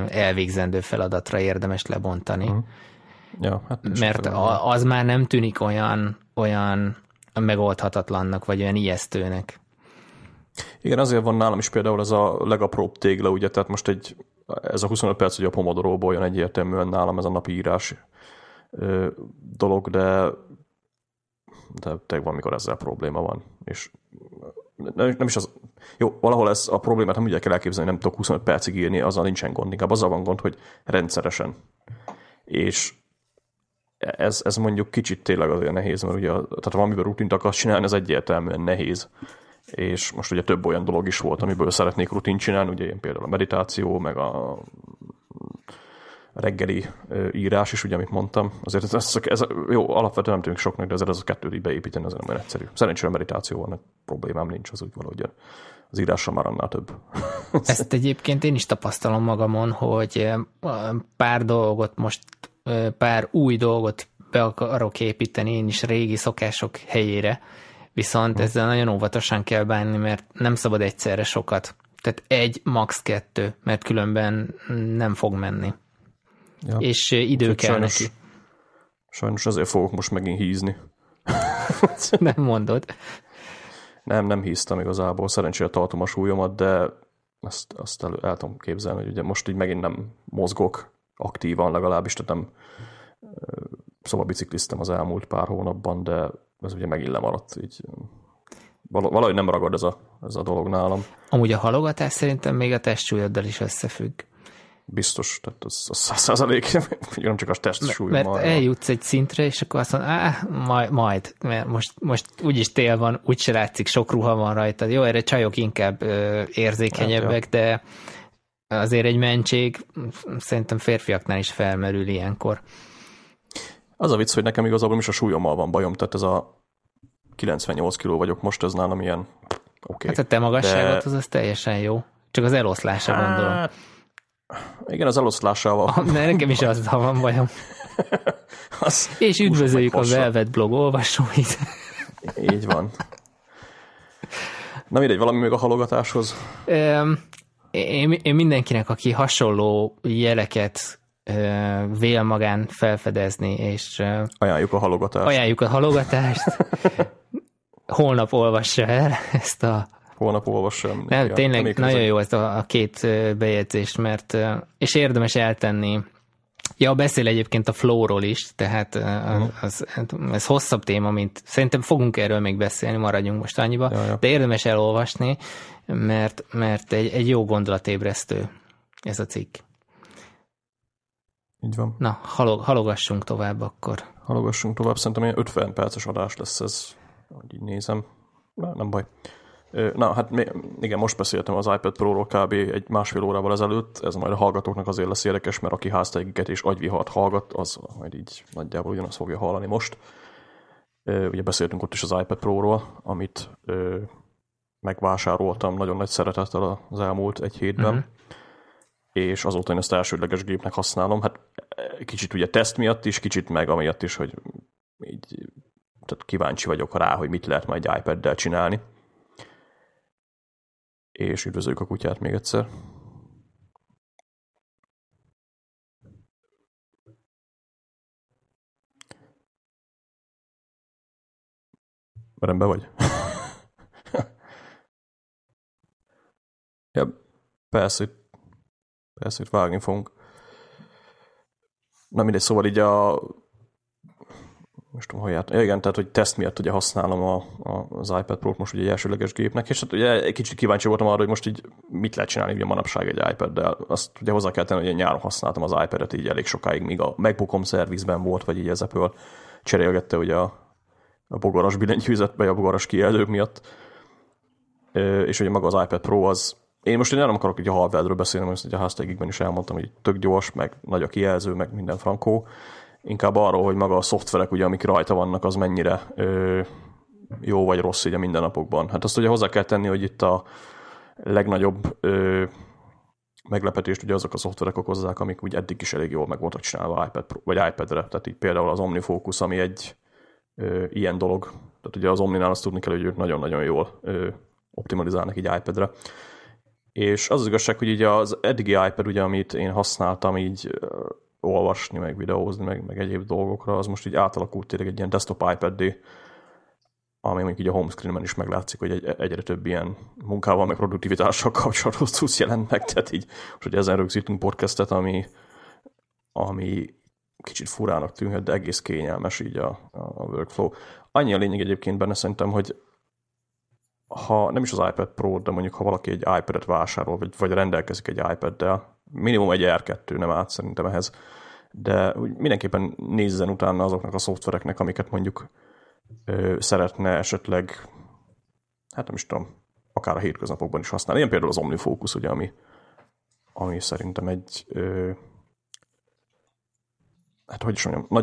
elvégzendő feladatra érdemes lebontani. Ja, hát mert az már nem tűnik olyan megoldhatatlannak, vagy olyan ijesztőnek. Igen, azért van nálam is például ez a legapróbb tégla, ugye, tehát most ez a 25 perc ugye a Pomodoróból olyan egyértelműen nálam ez a napi írás dolog, de tényleg van, mikor ezzel probléma van. És nem is az... Jó, valahol ez a problémát nem úgy kell elképzelni, nem tudok 25 percig írni, azzal nincsen gond. Inkább azzal van gond, hogy rendszeresen. És ez mondjuk kicsit tényleg azért nehéz, mert ugye, tehát valamiben rutint akarsz csinálni, ez egyértelműen nehéz. És most ugye több olyan dolog is volt, amiből szeretnék rutint csinálni, ugye ilyen például a meditáció, meg a reggeli írás is, ugye, amit mondtam. Azért ez jó, alapvetően nem tűnik soknak, de azért ez a kettőt így beépíteni, azért nem olyan egyszerű. Szerencsére meditáció van, problémám nincs, az úgy valahogy az írással már annál több. Ezt egyébként én is tapasztalom magamon, hogy pár új dolgot be akarok építeni én is régi szokások helyére, viszont ezzel nagyon óvatosan kell bánni, mert nem szabad egyszerre sokat. Tehát max. 2, mert különben nem fog menni. Ja. És idő kell neki. Sajnos azért fogok most megint hízni. Nem mondod. Nem híztam igazából. Szerencsére tartom a súlyomat, de azt el tudom képzelni, hogy ugye most így megint nem mozgok aktívan legalábbis, tehát nem szobabicikliztem az elmúlt pár hónapban, de ez ugye megint lemaradt. Így valahogy nem ragad ez a dolog nálam. Amúgy a halogatás szerintem még a testsúlyoddal is összefügg. Biztos, tehát az 100%, nem csak a testsúlyom. Mert eljutsz egy szintre, és akkor azt mondod, majd, mert most úgyis tél van, úgyse látszik, sok ruha van rajtad. Jó, erre csajok inkább érzékenyebbek, de azért egy mentség szerintem férfiaknál is felmerül ilyenkor. Az a vicc, hogy nekem igazából is a súlyommal van bajom, tehát ez a 98 kiló vagyok most, ez nálam ilyen oké. Hát a te magasságot az teljesen jó. Csak az eloszlása gondolom. Igen, az eloszlásával. Nekem is azzal van bajom. És üdvözöljük a Velvet blog olvasóit. Így van. Na mindegy, valami még a halogatáshoz? Én mindenkinek, aki hasonló jeleket vél magán felfedezni, és ajánljuk a halogatást. Holnap olvassa el ezt a... Holnap olvassam. Nem, tényleg nagyon jó ez a két bejegyzés, mert és érdemes eltenni. Ja, beszél egyébként a flow-ról is, tehát ez hosszabb téma, mint szerintem fogunk erről még beszélni, maradjunk most annyiba, de érdemes elolvasni, mert egy jó gondolatébresztő ez a cikk. Így van. Na, halogassunk tovább akkor. Halogassunk tovább, szerintem ilyen 50 perces adás lesz ez, hogy így nézem. Nem baj. Na, hát igen, most beszéltem az iPad Pro-ról kb. Egy másfél órával ezelőtt, ez majd a hallgatóknak azért lesz érdekes, mert aki háztáigiket és agyvihart hallgat, az majd így nagyjából ugyanazt fogja hallani most. Ugye beszéltünk ott is az iPad Pro-ról, amit megvásároltam nagyon nagy szeretettel az elmúlt egy hétben, és azóta én ezt elsődleges gépnek használom. Hát kicsit ugye teszt miatt is, kicsit meg amiatt is, hogy így, tehát kíváncsi vagyok rá, hogy mit lehet majd egy iPad-del csinálni. És üdvözöljük a kutyát még egyszer. Rendben vagy? Ja, persze itt vágni fogunk. Na mindegy, szóval így most tudom, hogy ja, igen, tehát, hogy teszt miatt ugye használom az iPad Pro-t most ugye egy elsőleges gépnek, és hát ugye egy kicsit kíváncsi voltam arra, hogy most így mit lehet csinálni ugye manapság egy iPad-del. Azt ugye hozzá kell tenni, hogy nyáron használtam az iPad-et így elég sokáig, míg a MacBookom szervizben volt, vagy így az Apple cserélgette ugye a bogaras billentyűzet, vagy a bogaras kijelzők miatt. És ugye maga az iPad Pro az, én most nem akarok így a hardware-ről beszélni, mert a háztáigikben is elmondtam, hogy tök gyors, meg nagy a kijelző, meg minden frankó. Inkább arról, hogy maga a szoftverek, ugye, amik rajta vannak, az mennyire jó vagy rossz így a mindennapokban. Hát azt ugye hozzá kell tenni, hogy itt a legnagyobb meglepetést ugye azok a szoftverek okozzák, amik úgy eddig is elég jól meg voltak csinálva vagy iPad-re. Tehát így például az OmniFocus, ami egy ilyen dolog. Tehát ugye az Omninál azt tudni kell, hogy ők nagyon-nagyon jól optimalizálnak így iPad-re. És az igazság, hogy így az eddigi iPad, ugye, amit én használtam így olvasni, meg videózni, meg egyéb dolgokra, az most így átalakult tényleg egy ilyen desktop iPad-dé, ami mondjuk így a homescreen-ben is meglátszik, hogy egyre több ilyen munkával, meg produktivitással kapcsolatos cucc jelent meg, tehát így most, hogy ezen rögzítünk podcastet, ami kicsit furának tűnhet, de egész kényelmes így a workflow. Annyi a lényeg egyébként benne szerintem, hogy ha nem is az iPad Pro, de mondjuk ha valaki egy iPad-et vásárol, vagy rendelkezik egy iPad-del, minimum egy R2 nem át szerintem ehhez, de mindenképpen nézzen utána azoknak a szoftvereknek, amiket mondjuk szeretne esetleg, hát nem is tudom, akár a hétköznapokban is használni. Ilyen például az OmniFocus, ugye, ami szerintem egy hát hogy is mondjam,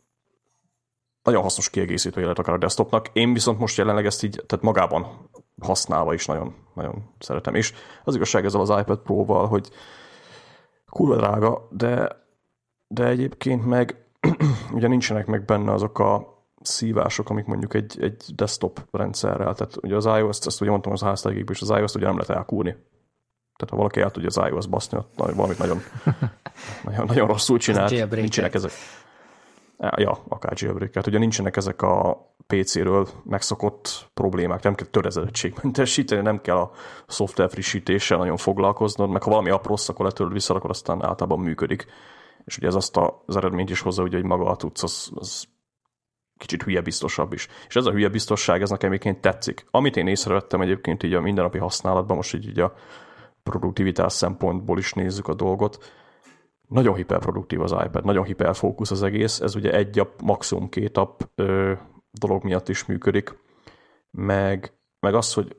nagyon hasznos kiegészítője lehet akár a desktopnak. Én viszont most jelenleg ezt így, tehát magában használva is nagyon, nagyon szeretem. És az igazság ezzel az iPad Pro-val, hogy kurva drága, de egyébként meg ugye nincsenek meg benne azok a szívások, amik mondjuk egy desktop rendszerrel. Tehát ugye az iOS-t, ezt ugye mondtam az háztáigékből, és az iOS-t ugye nem lehet elkúrni. Tehát ha valaki el tudja az iOS baszni, valamit nagyon, nagyon, nagyon rosszul csinált. Nincsenek ezek. Ja, akár jailbreak. Hát ugye nincsenek ezek a PC-ről megszokott problémák, nem kell töredezettségmentesíteni, nem kell a szoftver frissítéssel nagyon foglalkoznod, meg ha valami apró rossz, akkor letöröd vissza, akkor aztán általában működik. És ugye ez azt az eredményt is hozza, ugye, hogy maga a tudsz, az kicsit hülye biztosabb is. És ez a hülye biztosság, ez nekem egyébként tetszik. Amit én észrevettem egyébként így a mindennapi használatban, most így a produktivitás szempontból is nézzük a dolgot, nagyon hiperproduktív az iPad, nagyon hiperfókusz az egész, ez ugye egy app, maximum 2 app dolog miatt is működik, meg az, hogy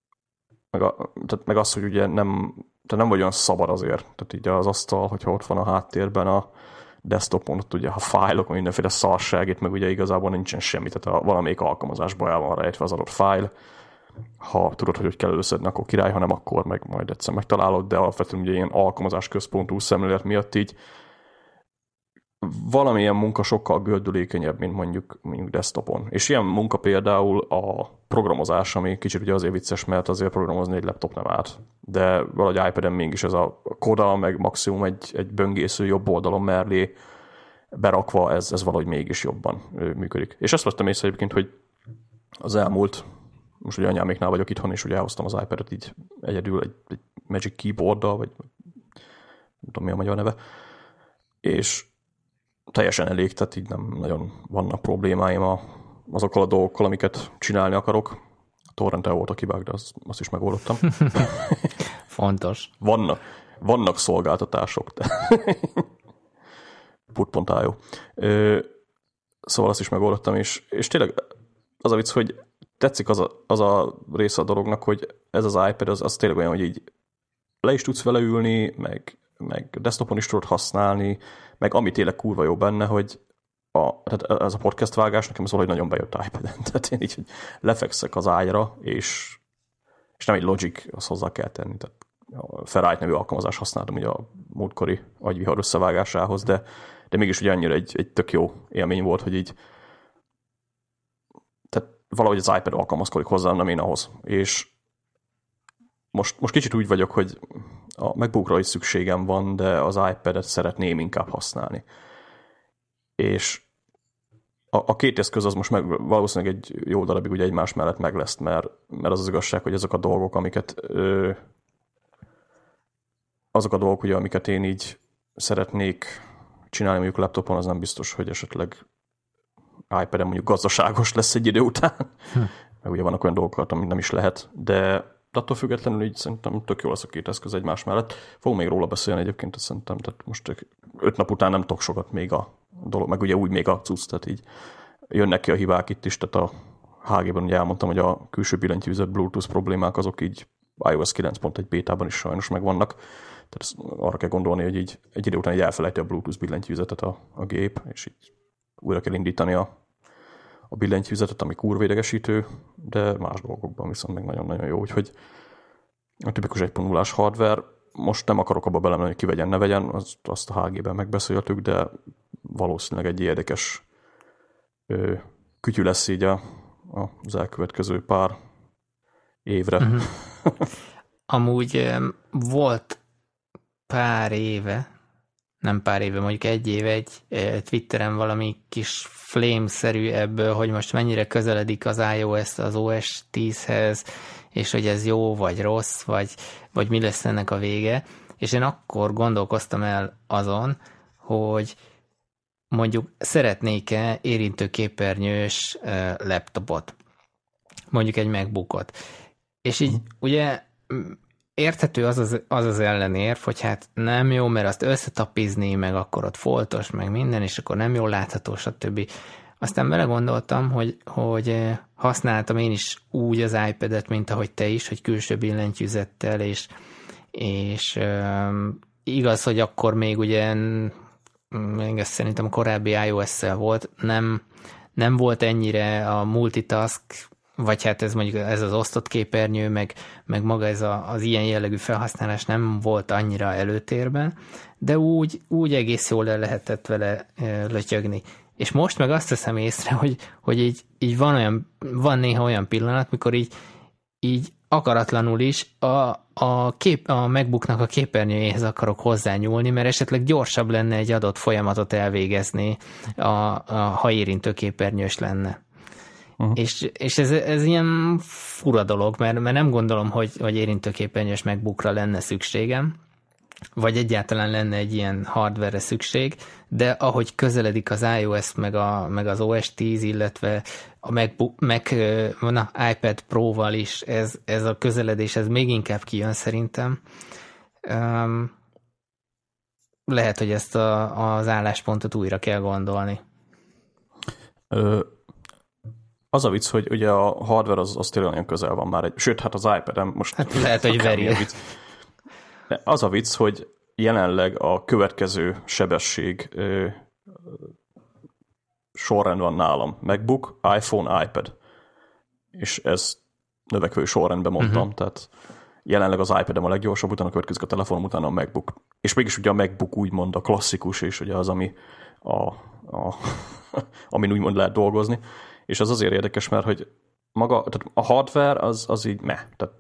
meg az, hogy ugye nem vagy olyan szabad azért, tehát így az asztal, hogyha ott van a háttérben a desktopon, ott ugye a fájlok, mindenféle szarságét, meg ugye igazából nincsen semmi, tehát valamelyik alkalmazásba el van rejtve az adott fájl, ha tudod, hogy kell előszedni, akkor király, ha nem, akkor meg majd egyszer megtalálod, de alapvetően ugye ilyen alkalmazás központú szemlélet miatt így valamilyen munka sokkal gördülékenyebb, mint mondjuk desktopon. És ilyen munka például a programozás, ami kicsit ugye azért vicces, mert azért programozni egy laptop nem árt. De valahogy iPad-en mégis ez a koda, meg maximum egy böngésző jobb oldalon mellé berakva, ez valahogy mégis jobban működik. És azt vettem észre egyébként, hogy az elmúlt, most ugye anyáméknál vagyok itthon, és ugye elhoztam az iPad-et így egyedül egy Magic Keyboard-dal, vagy nem tudom mi a magyar neve, és teljesen elég, tehát így nem nagyon vannak problémáim azokkal a dolgokkal, amiket csinálni akarok. A torrent-el volt a kibág, de azt is megoldottam. Fontos. Vannak szolgáltatások, de put.io. Szóval azt is megoldottam, és tényleg az a vicc, hogy tetszik az a része a dolognak, hogy ez az iPad, az tényleg olyan, hogy így le is tudsz vele ülni, meg desktopon is tudod használni, meg ami tényleg kurva jó benne, hogy tehát ez a podcast vágás nekem ez valahogy nagyon bejött iPad-en. Tehát én így hogy lefekszek az ágyra, és nem egy Logic, azt hozzá kell tenni. Tehát a Ferrite nevű alkalmazást használtam ugye a múltkori agyvihar összevágásához, de mégis ugye annyira egy tök jó élmény volt, hogy így tehát valahogy az iPad alkalmazkodik hozzá, nem én ahhoz. És most kicsit úgy vagyok, hogy a MacBookra is szükségem van, de az iPad-et szeretném inkább használni. És a két eszköz az most valószínűleg egy jó darabig ugye egymás mellett meg lesz, mert az igazság, hogy ezek a dolgok, amiket én így szeretnék csinálni mondjuk laptopon, az nem biztos, hogy esetleg iPad-en mondjuk gazdaságos lesz egy idő után. Mert ugye vannak olyan dolgokat, amit nem is lehet, de attól függetlenül így szerintem tök jó lesz a két eszköz egymás mellett. Fogunk még róla beszélni egyébként, szerintem, tehát most 5 nap után nem tudok sokat még a dolog, meg ugye úgy még a cucc, tehát így jönnek ki a hibák itt is, tehát a HG-ben ugye elmondtam, hogy a külső billentyűzet Bluetooth problémák azok így iOS 9.1 bétában is sajnos megvannak. Tehát arra kell gondolni, hogy így egy idő után így elfelejti a Bluetooth billentyűzetet a gép, és így újra kell indítani a billentyűzetet, ami kurva idegesítő, de más dolgokban viszont meg nagyon-nagyon jó, úgyhogy a tipikus 1.0-ás hardware, most nem akarok abba belemenni, hogy ki vegyen, ne vegyen, azt a HG-ben megbeszéltük, de valószínűleg egy érdekes kütyű lesz így az elkövetkező pár évre. Amúgy volt nem pár éve, mondjuk egy éve egy Twitteren valami kis flame-szerű ebből, hogy most mennyire közeledik az iOS az OS 10-hez, és hogy ez jó, vagy rossz, vagy mi lesz ennek a vége. És én akkor gondolkoztam el azon, hogy mondjuk szeretnék-e érintőképernyős laptopot, mondjuk egy MacBookot. És így ugye érthető az ellenérv, hogy hát nem jó, mert azt összetapizni, meg akkor ott foltos, meg minden, és akkor nem jól látható, stb. Aztán belegondoltam, hogy használtam én is úgy az iPad-et, mint ahogy te is, hogy külső billentyűzettel, és igaz, hogy akkor még ugye még ezt szerintem a korábbi iOS-szel volt, nem volt ennyire a multitask, vagy hát ez mondjuk ez az osztott képernyő, meg maga ez az ilyen jellegű felhasználás nem volt annyira előtérben, de úgy egész jól le lehetett vele lötyögni. És most meg azt veszem észre, hogy így van néha olyan pillanat, mikor így akaratlanul is a MacBooknak a képernyőjéhez akarok hozzányúlni, mert esetleg gyorsabb lenne egy adott folyamatot elvégezni, ha érintőképernyős lenne. Uh-huh. És ez ilyen fura dolog, mert nem gondolom, hogy érintőképernyős MacBookra lenne szükségem, vagy egyáltalán lenne egy ilyen hardware-re szükség, de ahogy közeledik az iOS, meg az OS 10, illetve a iPad Pro-val is ez a közeledés, ez még inkább kijön szerintem. Lehet, hogy ezt az álláspontot újra kell gondolni. Az a vicc, hogy ugye a hardware az tényleg olyan közel van már. Sőt, hát az iPad-en most... Hát lehet, hogy veri. De az a vicc, hogy jelenleg a következő sebesség sorrend van nálam. MacBook, iPhone, iPad. És ez növekvő sorrendben mondtam, tehát jelenleg az iPad-em a leggyorsabb, utána következik a telefonom, utána a MacBook. És mégis ugye a MacBook úgymond a klasszikus, és ugye az, ami amin úgymond lehet dolgozni. És az azért érdekes, mert hogy maga, tehát a hardware az így tehát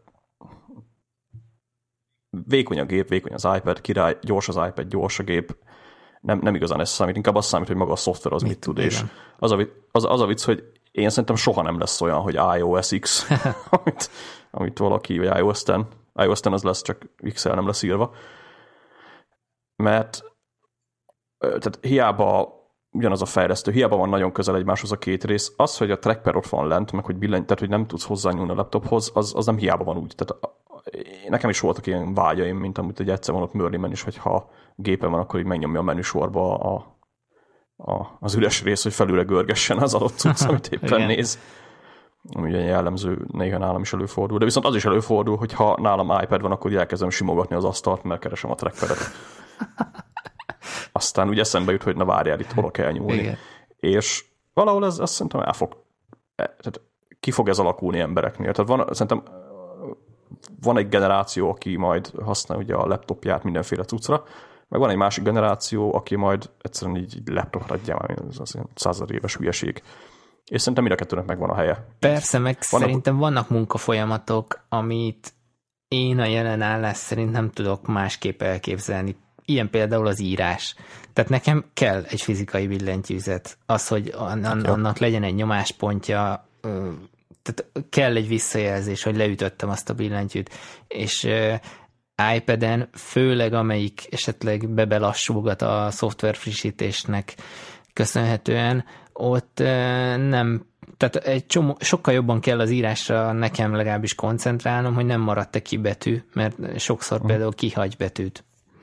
vékony a gép, vékony az iPad, király, gyors az iPad, gyors a gép, nem igazán ez számít, inkább azt számít, hogy maga a szoftver az mit tud, és az a vicc, hogy én szerintem soha nem lesz olyan, hogy iOS X, amit valaki, vagy iOS 10, iOS 10 az lesz, csak XL nem lesz írva, mert tehát hiába ugyanaz a fejlesztő, hiába van nagyon közel egymáshoz a két rész, az, hogy a trackpad ott van lent, meg hogy tehát hogy nem tudsz hozzányúlni a laptophoz, az nem hiába van úgy. Tehát nekem is voltak ilyen vágyaim, mint amit egy egyszer van ott Merlinben is, hogy ha gépen van, akkor így megnyomja a menüsorba az üres rész, hogy felülre görgessen az adott cucc, amit éppen néz. Ami ugye jellemző, néha nálam is előfordul. De viszont az is előfordul, hogy ha nálam iPad van, akkor elkezdem simogatni az asztalt, mert keresem a trackpadet. Aztán úgy eszembe jut, hogy na várjál, itt hol kell nyúlni. Igen. És valahol ez azt szerintem tehát ki fog ez alakulni embereknél. Tehát szerintem van egy generáció, aki majd használ ugye a laptopját mindenféle cuccra, meg van egy másik generáció, aki majd egyszerűen így laptopra adja, az ilyen 100 éves hülyeség. És szerintem mind a kettőnek megvan a helye. Persze, meg szerintem vannak munkafolyamatok, amit én a jelen állás szerint nem tudok másképp elképzelni. Ilyen például az írás. Tehát nekem kell egy fizikai billentyűzet. Az, hogy annak legyen egy nyomáspontja, tehát kell egy visszajelzés, hogy leütöttem azt a billentyűt. És iPad-en, főleg amelyik esetleg bebelassulgat a szoftver frissítésnek köszönhetően, ott nem, tehát sokkal jobban kell az írásra nekem legalábbis koncentrálnom, hogy nem maradt-e ki betű, mert sokszor például kihagy betűt.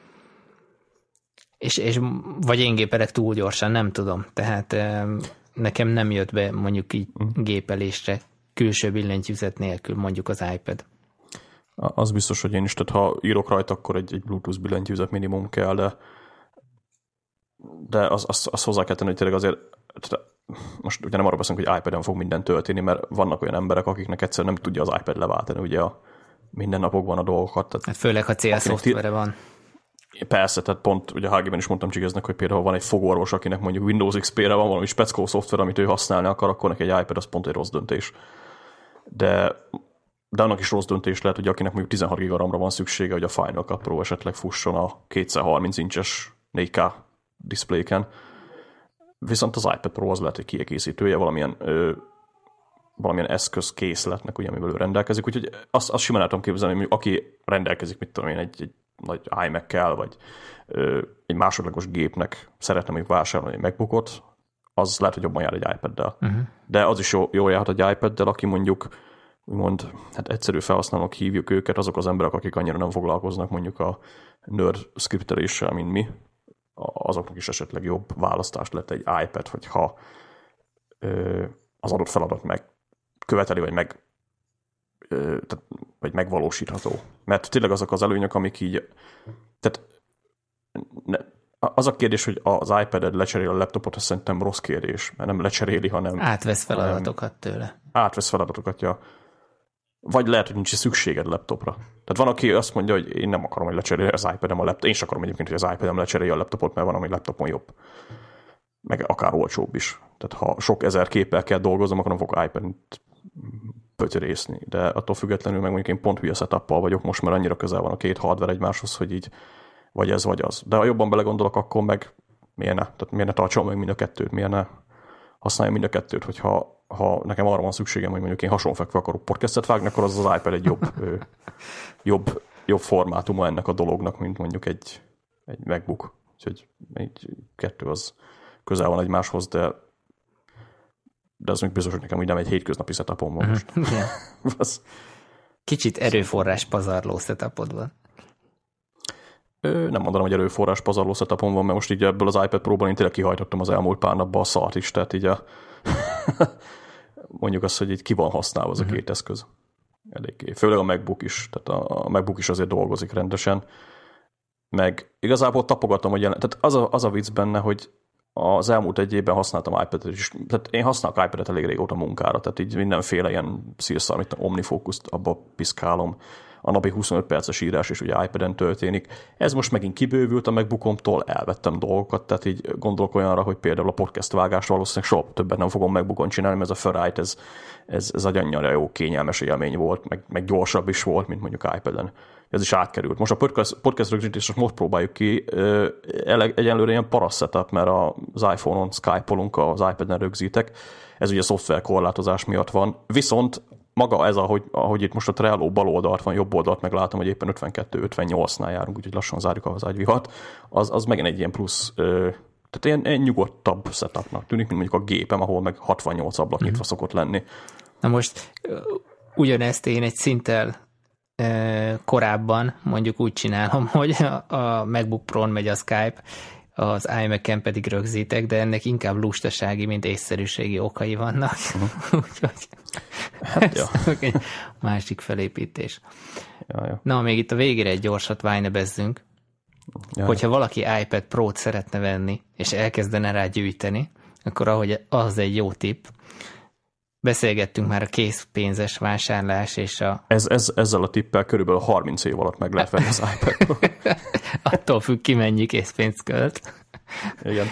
És vagy én gépelek túl gyorsan, nem tudom. Tehát nekem nem jött be mondjuk így gépelésre külső billentyűzet nélkül mondjuk az iPad. Az biztos, hogy én is, tehát ha írok rajta, akkor egy Bluetooth billentyűzet minimum kell, de azt hozzá kell tenni, hogy tényleg azért, most ugye nem arra beszélünk, hogy iPad-en fog minden történni, mert vannak olyan emberek, akiknek egyszerűen nem tudja az iPad leváltani ugye a mindennapokban a dolgokat. Tehát hát főleg, ha célszoftvere van. Persze, tehát pont ugye a HG-ben is mondtam Csigeznek, hogy például van egy fogorvos, akinek mondjuk Windows XP-re van valami speckó szoftver, amit ő használni akar, akkor neki egy iPad az pont egy rossz döntés. De de annak is rossz döntés lehet, hogy akinek mondjuk 16 GB RAM-ra van szüksége, hogy a Final Cut Pro esetleg fusson a 2x30 incses 4K diszpléken. Viszont az iPad Pro az lehet egy kiegészítője valamilyen eszközkészletnek, ugye, amivel ő rendelkezik. Úgyhogy azt simán el tudom képzelni, hogy aki rendelkezik, mit tudom én, egy nagy iMac-kel, vagy egy másodlagos gépnek szeretne még vásárolni egy MacBookot, az lehet, hogy jobban jár egy iPad-del. De az is jól járhat egy iPad-del, aki mondjuk úgymond, hát egyszerű felhasználók hívjuk őket, azok az emberek, akik annyira nem foglalkoznak mondjuk a nerd scripteléssel, mint mi, azoknak is esetleg jobb választást lett egy iPad, hogyha az adott feladat megköveteli, vagy megvalósítható. Mert tényleg azok az előnyök, amik így... Tehát az a kérdés, hogy az iPad-ed lecserél a laptopot, az szerintem rossz kérdés, mert nem lecseréli, hanem... Átvesz feladatokat tőle. Átvesz feladatokat, ja. Vagy lehet, hogy nincs szükséged laptopra. Tehát van, aki azt mondja, hogy én nem akarom, hogy lecserélje az iPad-em a laptopot. Én sem akarom egyébként, hogy az iPad-em lecserélje a laptopot, mert van, ami laptopon jobb. Meg akár olcsóbb is. Tehát ha sok ezer képpel kell dolgoznom, akkor nem fogok iPad-t pötyörészni. De attól függetlenül meg mondjuk én pont hülye setuppal vagyok most, mert annyira közel van a két hardware egymáshoz, hogy így vagy ez, vagy az. De ha jobban belegondolok, akkor meg miért ne? Tehát miért ne tartson meg mind a kettőt? Miért ne használjam mind a kettőt? Hogyha nekem arra van szükségem, hogy mondjuk én hasonfekve akarok podcastet vágni, akkor az iPad egy jobb formátuma ennek a dolognak, mint mondjuk egy MacBook. Úgyhogy egy kettő az közel van egymáshoz, de az még biztos, hogy nekem úgy nem egy hétköznapi setupom van most. Kicsit erőforrás pazarló setupod van. Nem mondanám, hogy erőforrás pazarló setupom van, mert most így ebből az iPad Pro-ban én tényleg kihajtottam az elmúlt pár napban a szart is, tehát így mondjuk azt, hogy így ki van használva az a két eszköz. Eléggé. Főleg a MacBook is, tehát a MacBook is azért dolgozik rendesen. Meg igazából tapogatom, hogy tehát az a vicc benne, hogy az elmúlt egy évben használtam iPad-et is. Tehát én használok iPad-et elég régóta munkára, tehát így mindenféle ilyen szírszar, mint OmniFocus-t abba piszkálom. A napi 25 perces írás is ugye iPad-en történik. Ez most megint kibővült a MacBookomtól, elvettem dolgokat, tehát így gondolok olyanra, hogy például a podcast vágást valószínűleg soha többet nem fogom MacBookon csinálni, mert ez a Ferrite, ez egy annyira jó kényelmes élmény volt, meg gyorsabb is volt, mint mondjuk iPad-en. Ez is átkerült. Most a podcast rögzítést most próbáljuk ki. Egyenlőre ilyen paraszt setup, mert az iPhone-on Skype-olunk, az iPad-en rögzítek. Ez ugye szoftver korlátozás miatt van. Viszont maga ez, ahogy itt most a Trello bal oldalt van, jobb oldalt meglátom, hogy éppen 52-58-nál járunk, úgyhogy lassan zárjuk az ágyvihat, az megint egy ilyen plusz, tehát ilyen nyugodtabb setupnak tűnik, mint mondjuk a gépem, ahol meg 68 ablak nyitva szokott lenni. Na most ugyanezt én egy szinttel korábban mondjuk úgy csinálom, hogy a MacBook Pro-n megy a Skype, az iMac-en pedig rögzítek, de ennek inkább lustasági, mint észszerűségi okai vannak. Úgyhogy ez egy másik felépítés. Ja. Na, még itt a végére egy gyorsat vájnebezzünk. Hogyha valaki iPad Pro-t szeretne venni, és elkezdene rá gyűjteni, akkor az egy jó tipp. Beszélgettünk már a készpénzes vásárlás és ezzel a tippel körülbelül 30 év alatt meg lehet venni az iPad Pro. Attól függ, ki mennyi készpénzt költ. Igen.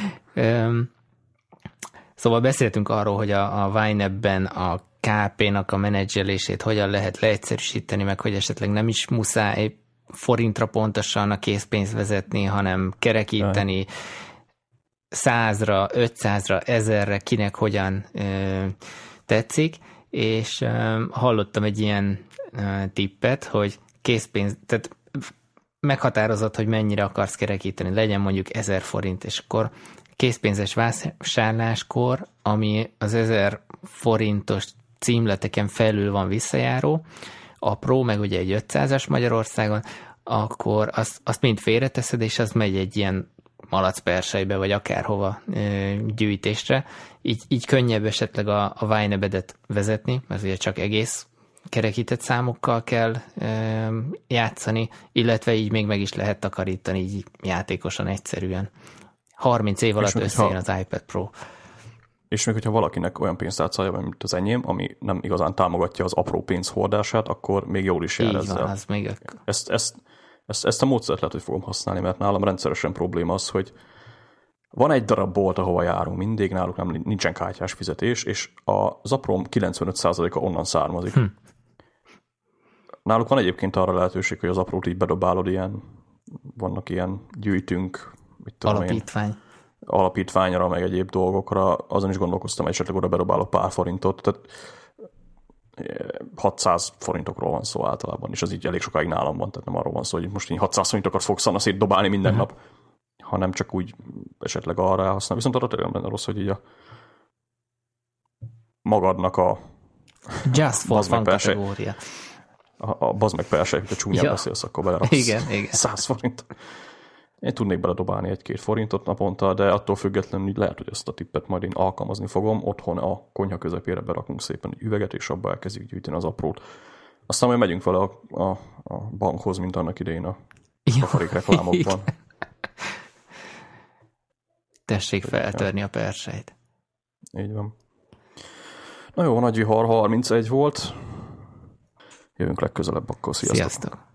Szóval beszéltünk arról, hogy a Winebben a KP-nak a menedzselését hogyan lehet leegyszerűsíteni, meg hogy esetleg nem is muszáj forintra pontosan a készpénzt vezetni, hanem kerekíteni 100-ra, 500-ra, 1000-re, kinek hogyan tetszik, és hallottam egy ilyen tippet, hogy készpénz, tehát meghatározott, hogy mennyire akarsz kerekíteni, legyen mondjuk 1000 forint, és akkor készpénzes vásárláskor, ami az 1000 forintos címleteken felül van visszajáró, a Pro meg ugye egy 500-as Magyarországon, akkor azt mind félreteszed, és az megy egy ilyen malacperselybe, vagy akárhova gyűjtésre. Így könnyebb esetleg a Winebed-et vezetni, mert ugye csak egész kerekített számokkal kell játszani, illetve így még meg is lehet takarítani így játékosan egyszerűen. 30 év alatt összejön az iPad Pro. És még hogyha valakinek olyan pénztárcája van, mint az enyém, ami nem igazán támogatja az apró pénzhordását, akkor még jól is jár ezzel. Van, az még... Ezt a módszert lehet, hogy fogom használni, mert nálam rendszeresen probléma az, hogy van egy darab bolt, ahova járunk mindig, náluk nincsen kártyás fizetés, és az apróm 95%-a onnan származik. Náluk van egyébként arra lehetőség, hogy az aprót így bedobálod, vannak ilyen gyűjtünk, mit tudom Alapítvány. Alapítványra, meg egyéb dolgokra, azon is gondolkoztam, hogy esetleg oda bedobálok pár forintot, tehát 600 forintokról van szó általában, és az így elég sokáig nálam van, tehát nem arról van szó, hogy most így 600 forintokat fogsz szét dobálni minden nap, hanem csak úgy esetleg arra elhasznál. Viszont arra tényleg lenne rossz, hogy így a magadnak a Just for fun kategória. A bazd meg persze, hogy a csúnyán beszélsz, akkor beleraksz igen. 100 forint. Én tudnék beledobálni 1-2 forintot naponta, de attól függetlenül így lehet, hogy ezt a tippet majd én alkalmazni fogom. Otthon a konyha közepére berakunk szépen egy üveget, és abba elkezdjük gyűjteni az aprót. Aztán majd megyünk vele a bankhoz, mint annak idején a kafarék reklámokban. Tessék feltörni a perseit. Így van. Na jó, nagy vihar 31 volt. Jövünk legközelebb, akkor sziasztok!